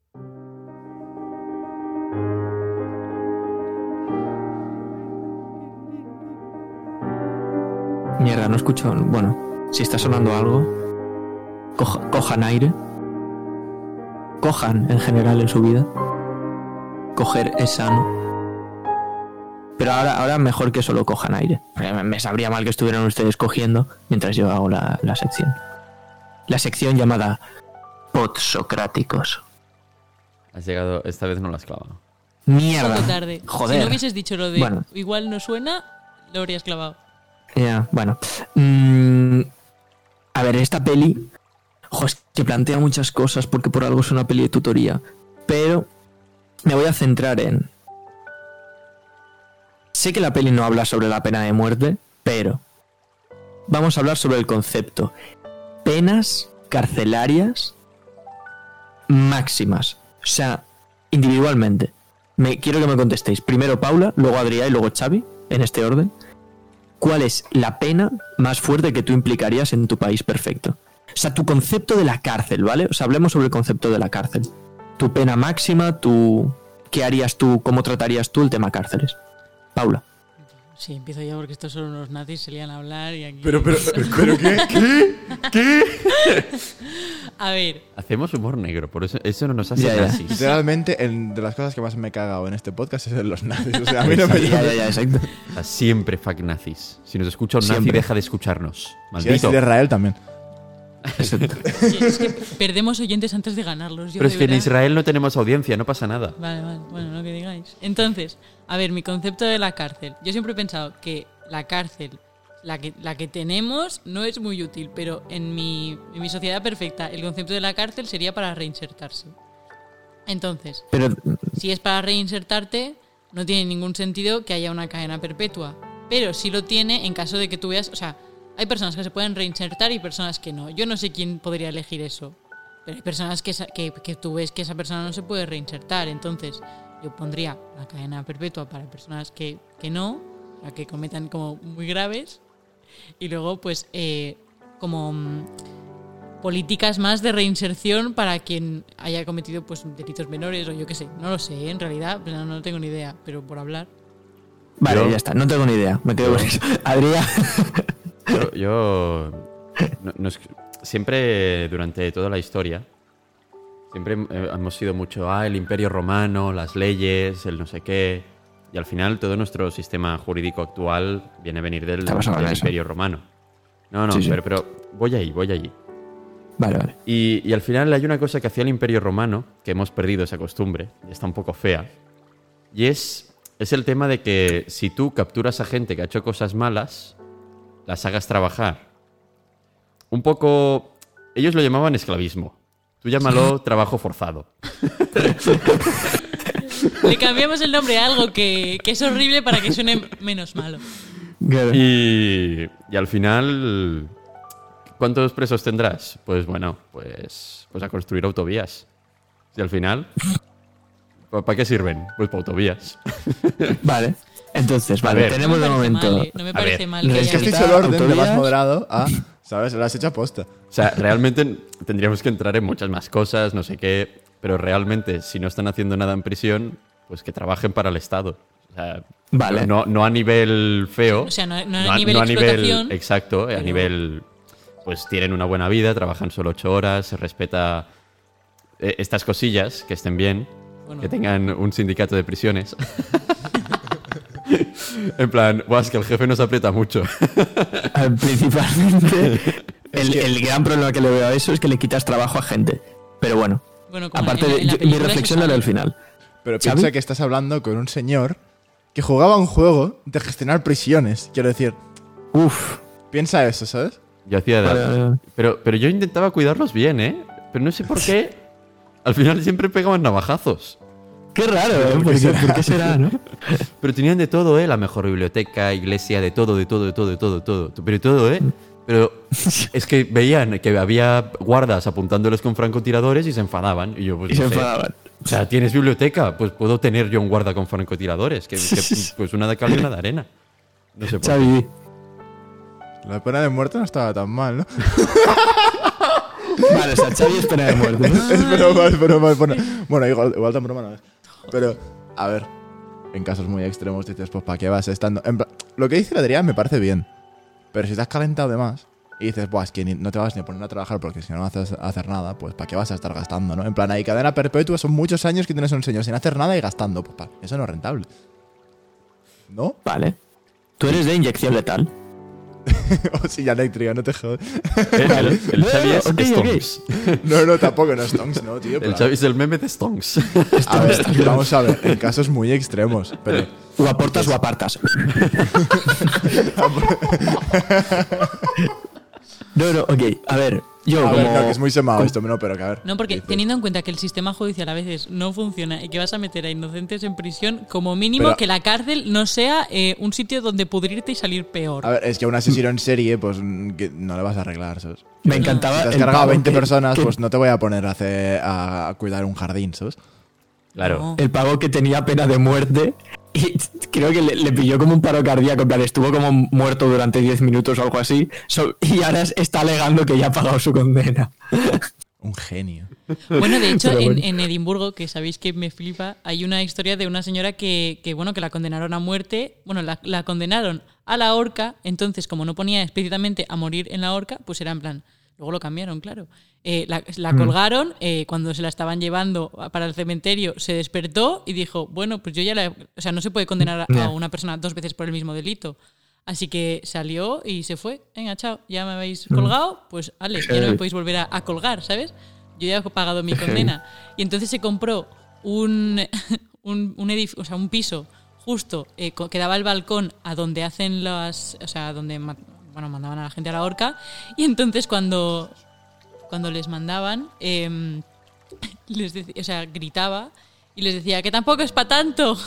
Mierda, no escucho. Bueno, si está sonando algo, coja- cojan aire. Cojan en general en su vida. Coger es sano. Pero ahora, ahora mejor que solo cojan aire. Porque me- me sabría mal que estuvieran ustedes cogiendo mientras yo hago la, la sección. La sección llamada Podsocráticos. Has llegado, esta vez no lo has clavado. Mierda. Poco tarde. Joder. Si no hubieses dicho lo de Bueno. igual no suena, lo habrías clavado. Ya, bueno. Mm, a ver, esta peli. Ojo, es que plantea muchas cosas porque por algo es una peli de tutoría. Pero me voy a centrar en. Sé que la peli no habla sobre la pena de muerte, pero. Vamos a hablar sobre el concepto. Penas carcelarias máximas. O sea, individualmente. Me, quiero que me contestéis. Primero Paula, luego Adrià y luego Xavi, en este orden. ¿Cuál es la pena más fuerte que tú implicarías en tu país perfecto? O sea, tu concepto de la cárcel, ¿vale? O sea, hablemos sobre el concepto de la cárcel. Tu pena máxima, tu... ¿Qué harías tú? ¿Cómo tratarías tú el tema cárceles? Paula. Sí, empiezo ya porque estos son unos nazis, se lían a hablar y aquí... Pero, pero, pero, ¿qué? ¿Qué? ¿Qué? A ver, Hacemos humor negro, por eso eso no nos hace Ya, ya. nazis. Literalmente, en- de las cosas que más me he cagado en este podcast es en los nazis. O sea, a mí no me Ya, ya, ya, exacto. O sea, siempre fuck nazis. Si nos escucha un nazi, Siempre. deja de escucharnos. Si eres Maldito. de Israel también. exacto. es que perdemos oyentes antes de ganarlos. Yo Pero es de que en verdad- Israel no tenemos audiencia, no pasa nada. Vale, vale, bueno, lo que digáis. Entonces, a ver, mi concepto de la cárcel. Yo siempre he pensado que la cárcel, la que, la que tenemos, no es muy útil, pero en mi, en mi sociedad perfecta, el concepto de la cárcel sería para reinsertarse. Entonces, Pero, si es para reinsertarte, no tiene ningún sentido que haya una cadena perpetua. Pero sí lo tiene en caso de que tú veas... O sea, hay personas que se pueden reinsertar y personas que no. Yo no sé quién podría elegir eso. Pero hay personas que, esa- que, que tú ves que esa persona no se puede reinsertar. Entonces, yo pondría la cadena perpetua para personas que, que no, o sea, que cometan como muy graves. Y luego, pues, eh, como mm, políticas más de reinserción para quien haya cometido pues delitos menores o yo qué sé. No lo sé, ¿eh? En realidad, pues, no, no tengo ni idea, pero por hablar. vale, Yo- ya está. No tengo ni idea. Me quedo con eso. Adrià. Yo, yo- no- nos- siempre durante toda la historia, siempre eh, hemos sido mucho, ah, el imperio romano, las leyes, el no sé qué, y al final todo nuestro sistema jurídico actual viene a venir del, Está basado en del eso. imperio romano. No, no, Sí, sí. Pero, pero voy ahí, voy allí. Vale, vale. Y, y al final hay una cosa que hacía el imperio romano, que hemos perdido esa costumbre, y está un poco fea, y es, es el tema de que si tú capturas a gente que ha hecho cosas malas, las hagas trabajar. Un poco... Ellos lo llamaban esclavismo. Tú llámalo trabajo forzado. Le cambiamos el nombre a algo que, que es horrible para que suene menos malo. Claro. Y, y al final... ¿Cuántos presos tendrás? Pues bueno, pues, pues a construir autovías. Y al final... ¿Para qué sirven? Pues para autovías. Vale. Entonces, vale, ver. tenemos de No me parece momento. mal, ¿eh? No me A parece ver, mal que Es que has haya... dicho el orden de más autovías. moderado a... ¿Sabes? Lo has hecho aposta. O sea, realmente tendríamos que entrar en muchas más cosas, no sé qué, pero realmente si no están haciendo nada en prisión, pues que trabajen para el Estado. O sea, Vale. no, no a nivel feo. O sea, no- no a nivel no a nivel explotación, exacto, a pero- nivel pues tienen una buena vida, trabajan solo ocho horas, se respeta eh, estas cosillas, que estén bien, Bueno. que tengan un sindicato de prisiones. En plan, "Buah, es que el jefe nos aprieta mucho". Eh, Principalmente, el, el gran problema que le veo a eso es que le quitas trabajo a gente. Pero bueno, Bueno, como aparte en la- de en la yo- mi película reflexión se era sabe. el final. Pero ¿Xavi? piensa que estás hablando con un señor que jugaba un juego de gestionar prisiones. Quiero decir, Uf. piensa eso, ¿sabes? Yo hacía de- Vale, vale, vale. Pero, pero yo intentaba cuidarlos bien, ¿eh? Pero no sé por qué. Al final siempre pegaban navajazos. Qué raro, ¿eh? ¿Por qué, ¿por qué será, no? Pero tenían de todo, ¿eh? La mejor biblioteca, iglesia, de todo, de todo, de todo, de todo, de todo. Pero todo, ¿eh? Pero es que veían que había guardas apuntándoles con francotiradores y se enfadaban. Y yo, pues, Y no se sé. enfadaban. O sea, ¿tienes biblioteca? Pues puedo tener yo un guarda con francotiradores. Que, que, pues una de cal y una de arena. No sé por qué. Xavi, La pena de muerte no estaba tan mal, ¿no? vale, o sea, Xavi es pena de muerte, ¿no? Es broma, es broma, es broma. Bueno, igual, igual tan broma no es. Pero, a ver, en casos muy extremos dices, pues ¿para qué vas estando? En plan, lo que dice Adrián me parece bien. Pero si te has calentado de más y dices, buah, es que ni- no te vas ni a poner a trabajar porque si no no haces hacer nada, pues ¿para qué vas a estar gastando, no? En plan, ahí cadena perpetua son muchos años que tienes a un señor sin hacer nada y gastando. Pues pa, eso no es rentable. ¿No? Vale. Tú eres de inyección letal. O si ya eléctrica, no te jodas. El, el, el No, Xavi no, es ok, ok. Stonks. No, no, tampoco, no es Stonks, no, tío. El pero- Xavi es el meme de Stonks. A ver, vamos a ver, en casos muy extremos, pero... O aportas o apartas. No, no, ok. A ver, yo A como... ver, no, que es muy semado como- esto, no, pero que a ver. No, porque dices- teniendo en cuenta que el sistema judicial a veces no funciona y que vas a meter a inocentes en prisión, como mínimo Pero- que la cárcel no sea eh, un sitio donde pudrirte y salir peor. A ver, es que a un asesino en serie, pues mm, que no le vas a arreglar, ¿sabes? Me encantaba Si te has el cargado a pavo veinte que- personas, que- pues no te voy a poner a, hacer, a, a cuidar un jardín, ¿sabes? Claro. No. El pavo que tenía pena de muerte y creo que le, le pilló como un paro cardíaco, en plan, estuvo como muerto durante diez minutos o algo así, so- y ahora es- está alegando que ya ha pagado su condena. Un genio. Bueno, de hecho, Pero en, bueno. en Edimburgo, que sabéis que me flipa, hay una historia de una señora que, que, bueno, que la condenaron a muerte. Bueno, la, la condenaron a la horca. Entonces, como no ponía explícitamente a morir en la horca, pues era en plan. Luego lo cambiaron, claro. Eh, la la Mm. colgaron, eh, cuando se la estaban llevando para el cementerio, se despertó y dijo, bueno, pues yo ya la... he-". O sea, no se puede condenar a, Ya. a una persona dos veces por el mismo delito. Así que salió y se fue. Venga, chao, ya me habéis colgado, pues ale, ya no me Heavy. podéis volver a, a colgar, ¿sabes? Yo ya he pagado mi Heavy. condena. Y entonces se compró un, un, un, edif- o sea, un piso justo eh, co- que daba el balcón a donde hacen las... O sea, donde ma- bueno, mandaban a la gente a la horca. Y entonces cuando, cuando les mandaban, em, les dec- o sea, gritaba y les decía que tampoco es para tanto.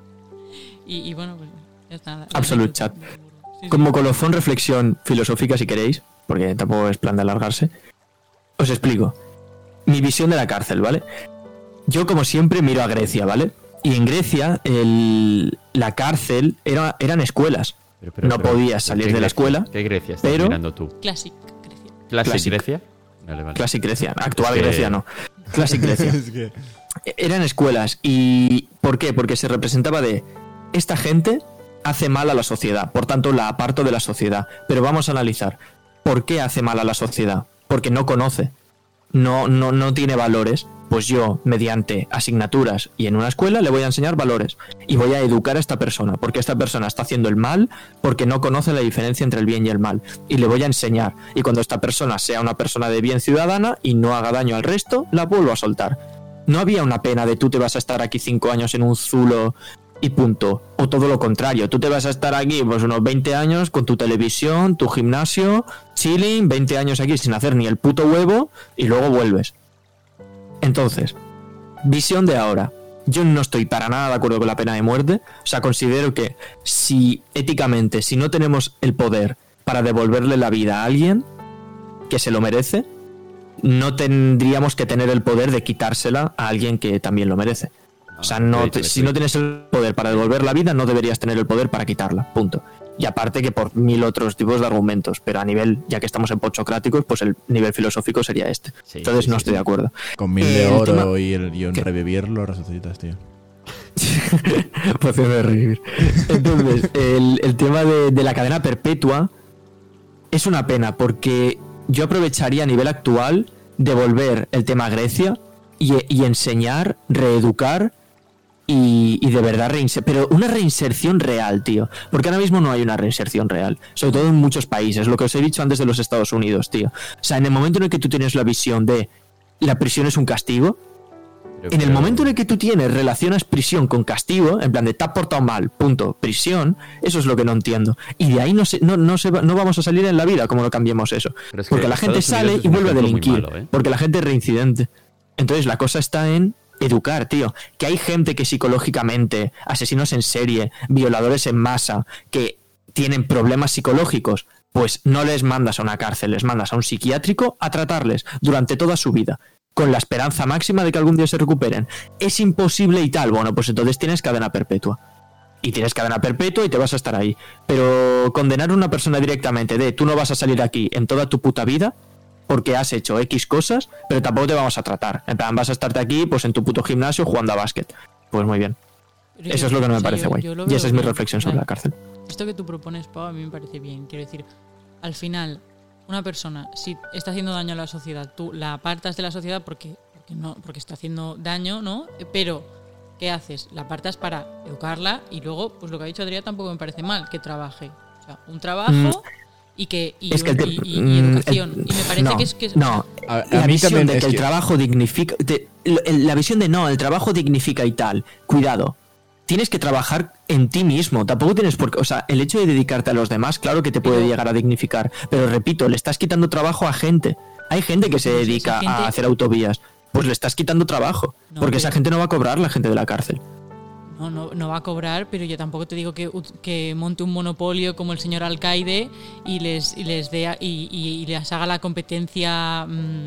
y, y bueno, pues ya está. la- la Absolute anécdota. chat. Sí, sí. Como colofón reflexión filosófica, si queréis, porque tampoco es plan de alargarse, os explico. Mi visión de la cárcel, ¿vale? Yo, como siempre, miro a Grecia, ¿vale? Y en Grecia, el- la cárcel era, eran escuelas. Pero, pero, No pero, podías salir ¿qué de la Grecia? escuela, ¿Qué Grecia estás pero- mirando tú? Classic Grecia. ¿Classic, Classic. Grecia? Vale, vale. Classic Grecia, actual Es que- Grecia no. Classic Grecia. Es que... Eran escuelas. ¿Y por qué? Porque se representaba de esta gente hace mal a la sociedad, por tanto la aparto de la sociedad. Pero vamos a analizar, ¿por qué hace mal a la sociedad? Porque no conoce, no, no, no tiene valores. Pues yo, mediante asignaturas y en una escuela, le voy a enseñar valores y voy a educar a esta persona, porque esta persona está haciendo el mal porque no conoce la diferencia entre el bien y el mal, y le voy a enseñar. Y cuando esta persona sea una persona de bien ciudadana y no haga daño al resto, la vuelvo a soltar. No había una pena de tú te vas a estar aquí cinco años en un zulo y punto. O todo lo contrario, tú te vas a estar aquí pues unos veinte años con tu televisión, tu gimnasio, chilling, veinte años aquí sin hacer ni el puto huevo y luego vuelves. Entonces, visión de ahora. Yo no estoy para nada de acuerdo con la pena de muerte. O sea, considero que si éticamente, si no tenemos el poder para devolverle la vida a alguien que se lo merece, no tendríamos que tener el poder de quitársela a alguien que también lo merece. O sea, no sí, te- sí, si sí. no tienes el poder para devolver la vida, no deberías tener el poder para quitarla. Punto. Y aparte que por mil otros tipos de argumentos, pero a nivel, ya que estamos en podsocráticos, pues el nivel filosófico sería este. Sí, Entonces sí, no sí, estoy sí. de acuerdo. Con mil Eh, de el oro tema- y, el, y un ¿Qué? revivir lo resucitas, tío. Poción de revivir. Entonces, el, el tema de, de la cadena perpetua es una pena porque yo aprovecharía a nivel actual devolver el tema a Grecia y, y enseñar, reeducar y, y de verdad reinsertar. Pero una reinserción real, tío. Porque ahora mismo no hay una reinserción real. Sobre todo en muchos países. Lo que os he dicho antes de los Estados Unidos, tío. O sea, en el momento en el que tú tienes la visión de la prisión es un castigo. Pero, En el pero- momento en el que tú tienes, relacionas prisión con castigo, en plan de te has portado mal, punto, prisión, eso es lo que no entiendo. Y de ahí no se, no, no, se va- no vamos a salir en la vida como no cambiemos eso. Pero es que Porque la gente Estados sale Unidos es y un vuelve a ejemplo muy delinquir. malo, ¿eh? Porque la gente es reincidente. Entonces la cosa está en educar, tío. Que hay gente que psicológicamente, asesinos en serie, violadores en masa, que tienen problemas psicológicos, pues no les mandas a una cárcel, les mandas a un psiquiátrico a tratarles durante toda su vida, con la esperanza máxima de que algún día se recuperen. Es imposible y tal, bueno, pues entonces tienes cadena perpetua. Y tienes cadena perpetua y te vas a estar ahí. Pero condenar a una persona directamente de tú no vas a salir aquí en toda tu puta vida porque has hecho X cosas, pero tampoco te vamos a tratar. En plan, vas a estarte aquí pues en tu puto gimnasio jugando a básquet. Pues muy bien. Pero Eso yo- es lo que no me o sea, parece yo- guay. yo lo Y veo esa es mi bien. reflexión O sea, sobre la cárcel. Esto que tú propones, Pau, a mí me parece bien. Quiero decir, al final, una persona, si está haciendo daño a la sociedad, tú la apartas de la sociedad porque, porque, no, porque está haciendo daño, ¿no? Pero, ¿qué haces? La apartas para educarla y luego, pues lo que ha dicho Adrián tampoco me parece mal, que trabaje. O sea, un trabajo Mm. y que y, Es que el un- te- y- y- y mm, educación. el- y me parece no, que es que... no. A- a La mí visión también de que es el que- trabajo dignifica... de- el- la visión de no, el trabajo dignifica y tal. Cuidado. Tienes que trabajar en ti mismo. Tampoco tienes por qué... O sea, el hecho de dedicarte a los demás, claro que te puede Pero- llegar a dignificar. Pero repito, le estás quitando trabajo a gente. Hay gente que se Pero si dedica esa gente- a hacer autovías. Pues le estás quitando trabajo. No, porque pero- esa gente no va a cobrar, la gente de la cárcel. No, no, no va a cobrar, pero yo tampoco te digo que, que monte un monopolio como el señor alcaide y les, y les dé a- y, y- y les haga la competencia,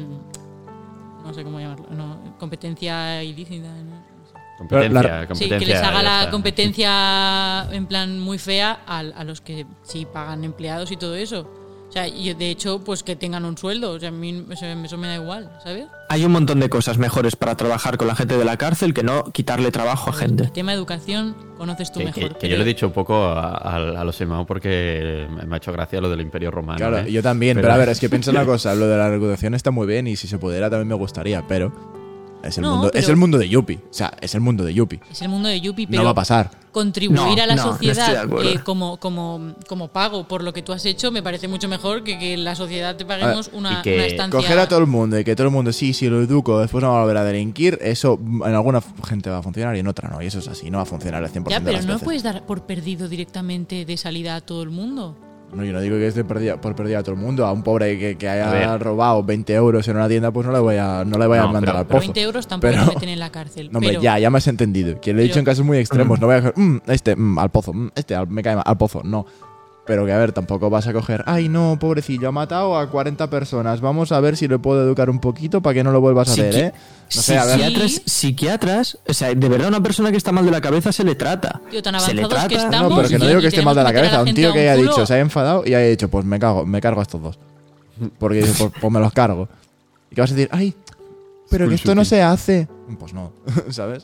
mm, no sé cómo llamarlo, no, competencia ilícita. ¿no? Competencia, La- competencia. Sí, que les haga ya la está. competencia en plan muy fea a, a los que sí pagan empleados y todo eso. O sea, y de hecho, pues que tengan un sueldo. O sea, a mí eso, eso me da igual, ¿sabes? Hay un montón de cosas mejores para trabajar con la gente de la cárcel que no quitarle trabajo a El gente. tema de educación conoces tú Que, mejor. que- que pero- yo le he dicho un poco a, a, a los Emao porque me ha hecho gracia lo del Imperio Romano. Claro, ¿eh? yo también, pero, a ver, es que piensa una cosa, lo de la recaudación está muy bien y si se pudiera también me gustaría, pero es el, No, mundo, pero- es el mundo de Yuppie, o sea, es el mundo de Yuppie, Es el mundo de Yuppie, pero no va a pasar. contribuir No, a la no, no estoy de sociedad acuerdo. eh, como, como, como pago por lo que tú has hecho me parece mucho mejor que que la sociedad te paguemos una, y que una estancia. Coger a todo el mundo y que todo el mundo, sí, sí, lo educo, después no va a volver a delinquir, eso mm, en alguna gente va a funcionar y en otra no, y eso es así, no va a funcionar al cien por Ya, ciento de pero las no veces. puedes dar por perdido directamente de salida a todo el mundo. No, yo no digo que esté perdida, por pérdida a todo el mundo. A un pobre que, que A haya ver. robado veinte euros en una tienda, pues no le voy a, no le voy a No, mandar pero- al Por pozo. veinte euros tampoco Pero- te meten en la cárcel. No, hombre, pero, ya, ya me has entendido. Que lo he dicho pero- en casos muy extremos. No voy a coger, "Mm, este, mm, al pozo, mm, este, al- me cae mal, al pozo. No. Pero que a ver, tampoco vas a coger, ay, no, pobrecillo, ha matado a cuarenta personas. Vamos a ver si le puedo educar un poquito para que no lo vuelvas a Psiqui- hacer, ¿eh? No sé, a ver. Psiquiatras, Sí. psiquiatras, o sea, de verdad una persona que está mal de la cabeza se le trata. Tío, tan se le avanzados que trata. estamos. No, pero que no y- digo y que esté tenemos mal de la que meter a cabeza. Un gente tío a que haya culo. dicho, se haya enfadado y haya dicho, pues me cago, me cargo a estos dos. Porque dice, pues, pues me los cargo. Y que vas a decir, ay, pero que esto no se hace. Pues no, ¿sabes?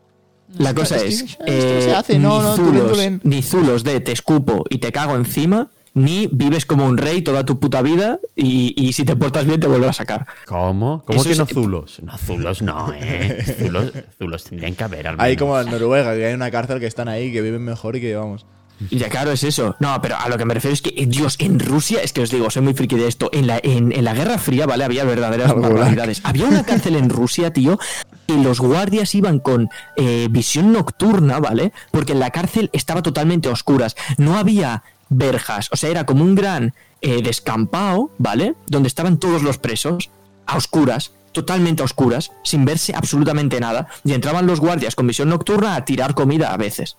La cosa Es que es, esto eh, se hace, no, ni, no, zulos, tulen, tulen. ni zulos de te escupo y te cago encima, ni vives como un rey toda tu puta vida y, y si te portas bien te vuelvo a sacar. ¿Cómo? ¿Cómo Eso que es- no zulos? No, zulos no, ¿eh? Zulos, zulos tendrían que haber al menos. Hay como en Noruega, que hay una cárcel que están ahí, que viven mejor y que vamos. Y ya claro, es eso. No, pero a lo que me refiero es que, eh, Dios, en Rusia, es que os digo, soy muy friki de esto. En la, en, en la Guerra Fría, ¿vale? Había verdaderas Algo barbaridades. Había una cárcel en Rusia, tío, que los guardias iban con eh, visión nocturna, ¿vale? Porque en la cárcel estaba totalmente a oscuras. No había verjas. O sea, era como un gran eh, descampado, ¿vale? Donde estaban todos los presos, a oscuras. Totalmente a oscuras, sin verse absolutamente nada. Y entraban los guardias con visión nocturna a tirar comida a veces.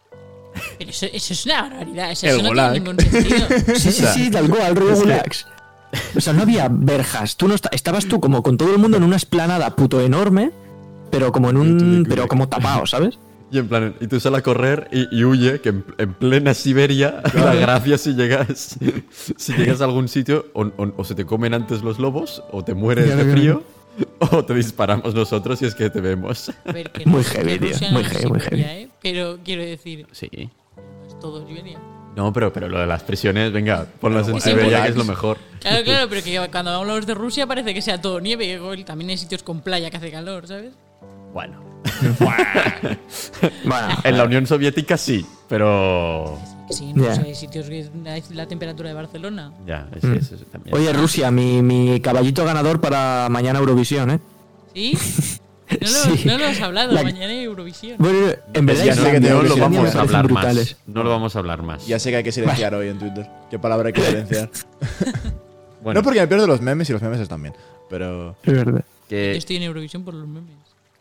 Pero eso, eso es una barbaridad. Eso, El eso no Gulag. tiene ningún sentido. Sí, sí, sí, tal cual, rollo Gulags. O sea, no había verjas. Tú no esta- estabas tú como con todo el mundo en una esplanada puto enorme, pero como en un. pero como tapado, ¿sabes? Y en plan, y tú sales a correr y, y huye, que en, en plena Siberia, la gracia si llegas si llegas a algún sitio, o, o- o se te comen antes los lobos, o te mueres Ya lo de que- frío, o te disparamos nosotros si es que te vemos. A ver, que Muy no- heavy, que tío, Rusia muy no es heavy, muy Siberia, heavy. ¿eh? Pero quiero decir, Sí. es todo Siberia. No, pero, pero lo de las prisiones, venga, ponlas en bueno, sí, Siberia, pues- que es lo mejor. Claro, claro, pero que cuando hablamos de Rusia parece que sea todo nieve. que También hay sitios con playa que hace calor, ¿sabes? Bueno. Bueno, En la Unión Soviética sí, pero... Sí, no Ya. sé, hay sitios que hay la temperatura de Barcelona. Ya, es, Mm. es- es- también. Oye, Rusia, mi, mi caballito ganador para mañana Eurovisión, ¿eh? ¿Sí? No lo, Sí. no lo has hablado, La- mañana hay Eurovisión. Bueno, en verdad ya sé que Islandia, tengo no que lo ser- Islandia vamos me a parecen hablar brutales. más. No lo vamos a hablar más. Ya sé que hay que silenciar hoy en Twitter. ¿Qué palabra hay que silenciar? Bueno, No porque me pierdo los memes y los memes están bien. Pero. Es verdad. Yo que, estoy en Eurovisión por los memes.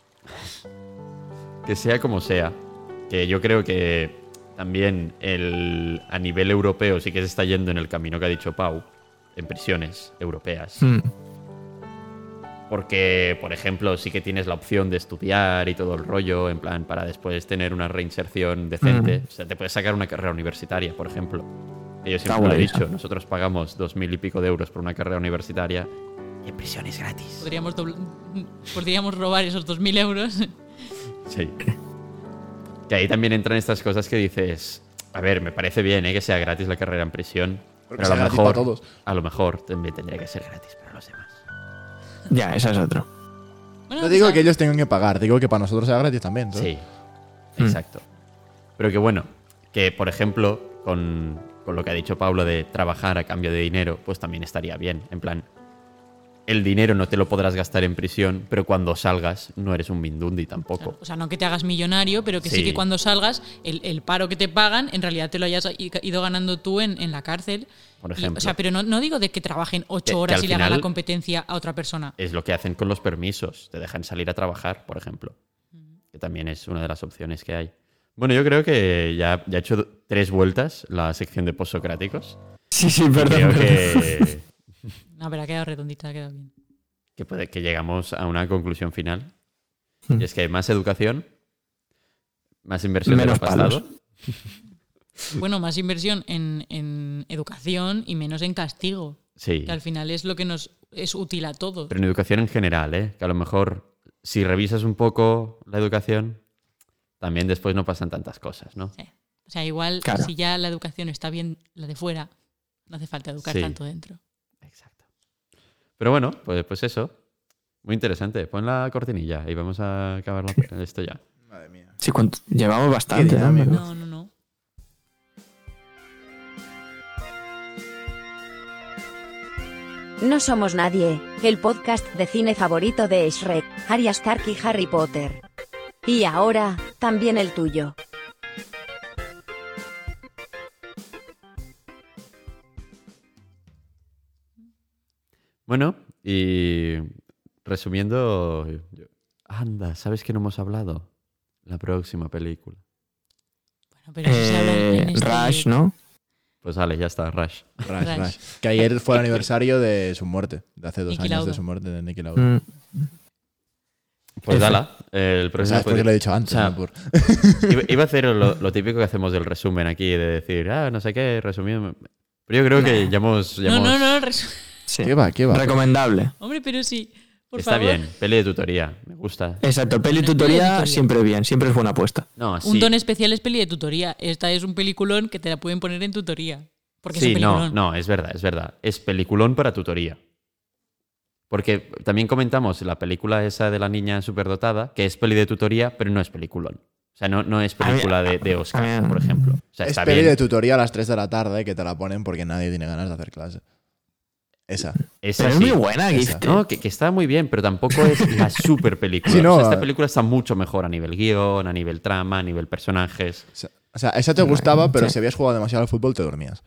que sea como sea, que yo creo que también el, a nivel europeo sí que se está yendo en el camino que ha dicho Pau, en prisiones europeas. Mm. Porque, por ejemplo, sí que tienes la opción de estudiar y todo el rollo, en plan, para después tener una reinserción decente. Mm. O sea, te puedes sacar una carrera universitaria, por ejemplo. Que yo Está siempre lo he guay dicho, esa. nosotros pagamos dos mil y pico de euros por una carrera universitaria y en prisión es gratis. Podríamos, dobl- podríamos robar esos dos mil euros. Sí. Que ahí también entran estas cosas que dices, a ver, me parece bien, ¿eh? Que sea gratis la carrera en prisión, Porque pero a sea lo gratis mejor, para todos. a lo mejor también tendría que ser gratis para los demás. Ya, esa es otra. Bueno, No digo pues, que ellos tengan que pagar, digo que para nosotros sea gratis también. ¿sabes? Sí, Mm. exacto. Pero que bueno, que por ejemplo, con, con lo que ha dicho Pablo de trabajar a cambio de dinero, pues también estaría bien. En plan, el dinero no te lo podrás gastar en prisión, pero cuando salgas no eres un mindundi tampoco. O sea, no que te hagas millonario, pero que sí, Sí. que cuando salgas, el, el paro que te pagan, en realidad te lo hayas i- ido ganando tú en, en la cárcel. Por Y, ejemplo. o sea, pero no, no digo de que trabajen Que- ocho que horas al y le hagan final- la competencia a otra persona. Es lo que hacen con los permisos. Te dejan salir a trabajar, por ejemplo. Que también es una de las opciones que hay. Bueno, yo creo que ya, ya he hecho tres vueltas la sección de postsocráticos. Sí, sí, Creo perdón. perdón. que, No, pero ha quedado redondita, ha quedado bien. que, puede, que llegamos a una conclusión final. Hmm. Y es que hay más educación, más inversión Menos de lo pasado. palos. Bueno, más inversión en, en educación y menos en castigo. Sí, Que al final es lo que nos es útil a todos. pero en educación en general, ¿eh? Que a lo mejor si revisas un poco la educación, también después no pasan tantas cosas, ¿no? Sí. O sea, igual Claro. si ya la educación está bien, la de fuera, no hace falta educar Sí. tanto dentro. Exacto. Pero bueno, pues, pues eso. Muy interesante. Pon la cortinilla y vamos a acabar la- esto ya. Madre mía. Sí, cuánto- llevamos bastante. Qué ¿eh? dinámico. No, no, no. No somos nadie, el podcast de cine favorito de Shrek, Arya Stark y Harry Potter. Y ahora, también el tuyo. Bueno, y resumiendo, yo- anda, ¿sabes que no hemos hablado? La próxima película. Bueno, pero eso se habla en- en Eh, este- Rush, ¿no? Pues vale, ya está, Rush. Rush, Rush. Rush. Que ayer fue el aniversario de su muerte, de hace dos Niki años Lauda. de su muerte de Nicky Lauda. Mm. Pues F. dala, el O próximo... sea, es porque pues- lo he dicho antes. o sea, ¿no? Por- iba, iba a hacer lo, lo típico que hacemos del resumen aquí, de decir, ah, no sé qué, resumido. Pero yo creo que ya hemos... ya No, hemos- no, no. resu- Sí. ¿Qué va? ¿Qué va? Recomendable. Hombre, pero sí. Por Está favor. bien, peli de tutoría, me gusta. Exacto, peli Bueno, tutoría tutoría. siempre bien, siempre es buena apuesta. No, Un sí, don especial es peli de tutoría. Esta es un peliculón que te la pueden poner en tutoría. Porque es sí, un no, peliculón. no, es verdad, es verdad. Es peliculón para tutoría. Porque también comentamos la película esa de la niña superdotada, que es peli de tutoría, pero no es peliculón. O sea, no, no es A mí- película de, de Oscar, a mí- por ejemplo. O sea, Es está peli bien. de tutoría a las tres de la tarde que te la ponen porque nadie tiene ganas de hacer clase. Esa. Esa Pero es sí. muy buena, Esa. Gift. No, que, que está muy bien, pero tampoco es la super película. Sí, no, O sea, esta a- película está mucho mejor a nivel guión, a nivel trama, a nivel personajes. O sea, o sea, esa te gustaba, pero Sí. si habías jugado demasiado al fútbol te dormías.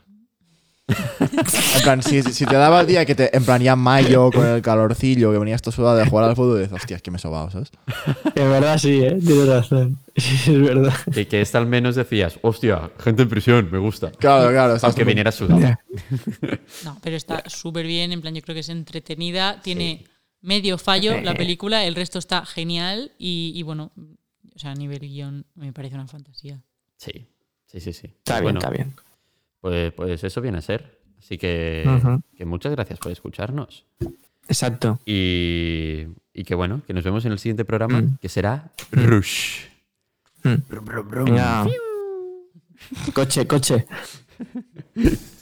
En plan, si, si te daba el día que te, en plan, ya mayo, con el calorcillo, que venías todo sudado de jugar al fútbol, y dices, hostia, es que me he sobado, ¿sabes? Es verdad, sí, ¿eh? Tienes razón. Sí, es verdad. Que, que esta al menos decías, hostia, gente en prisión, me gusta. Claro, claro. estás Aunque como- viniera sudado. Ya. No, pero está súper bien. En plan, yo creo que es entretenida. Tiene medio fallo la película. El resto está genial. Y, y bueno, o sea, a nivel guión me parece una fantasía. Sí, sí, sí. sí. Está Pues bien, bueno, está bien. Pues, pues eso viene a ser. Así que, Ujú. que muchas gracias por escucharnos. Exacto. Y, y que bueno, que nos vemos en el siguiente programa, Mm. que será Rush. Mm. Venga. Coche, coche.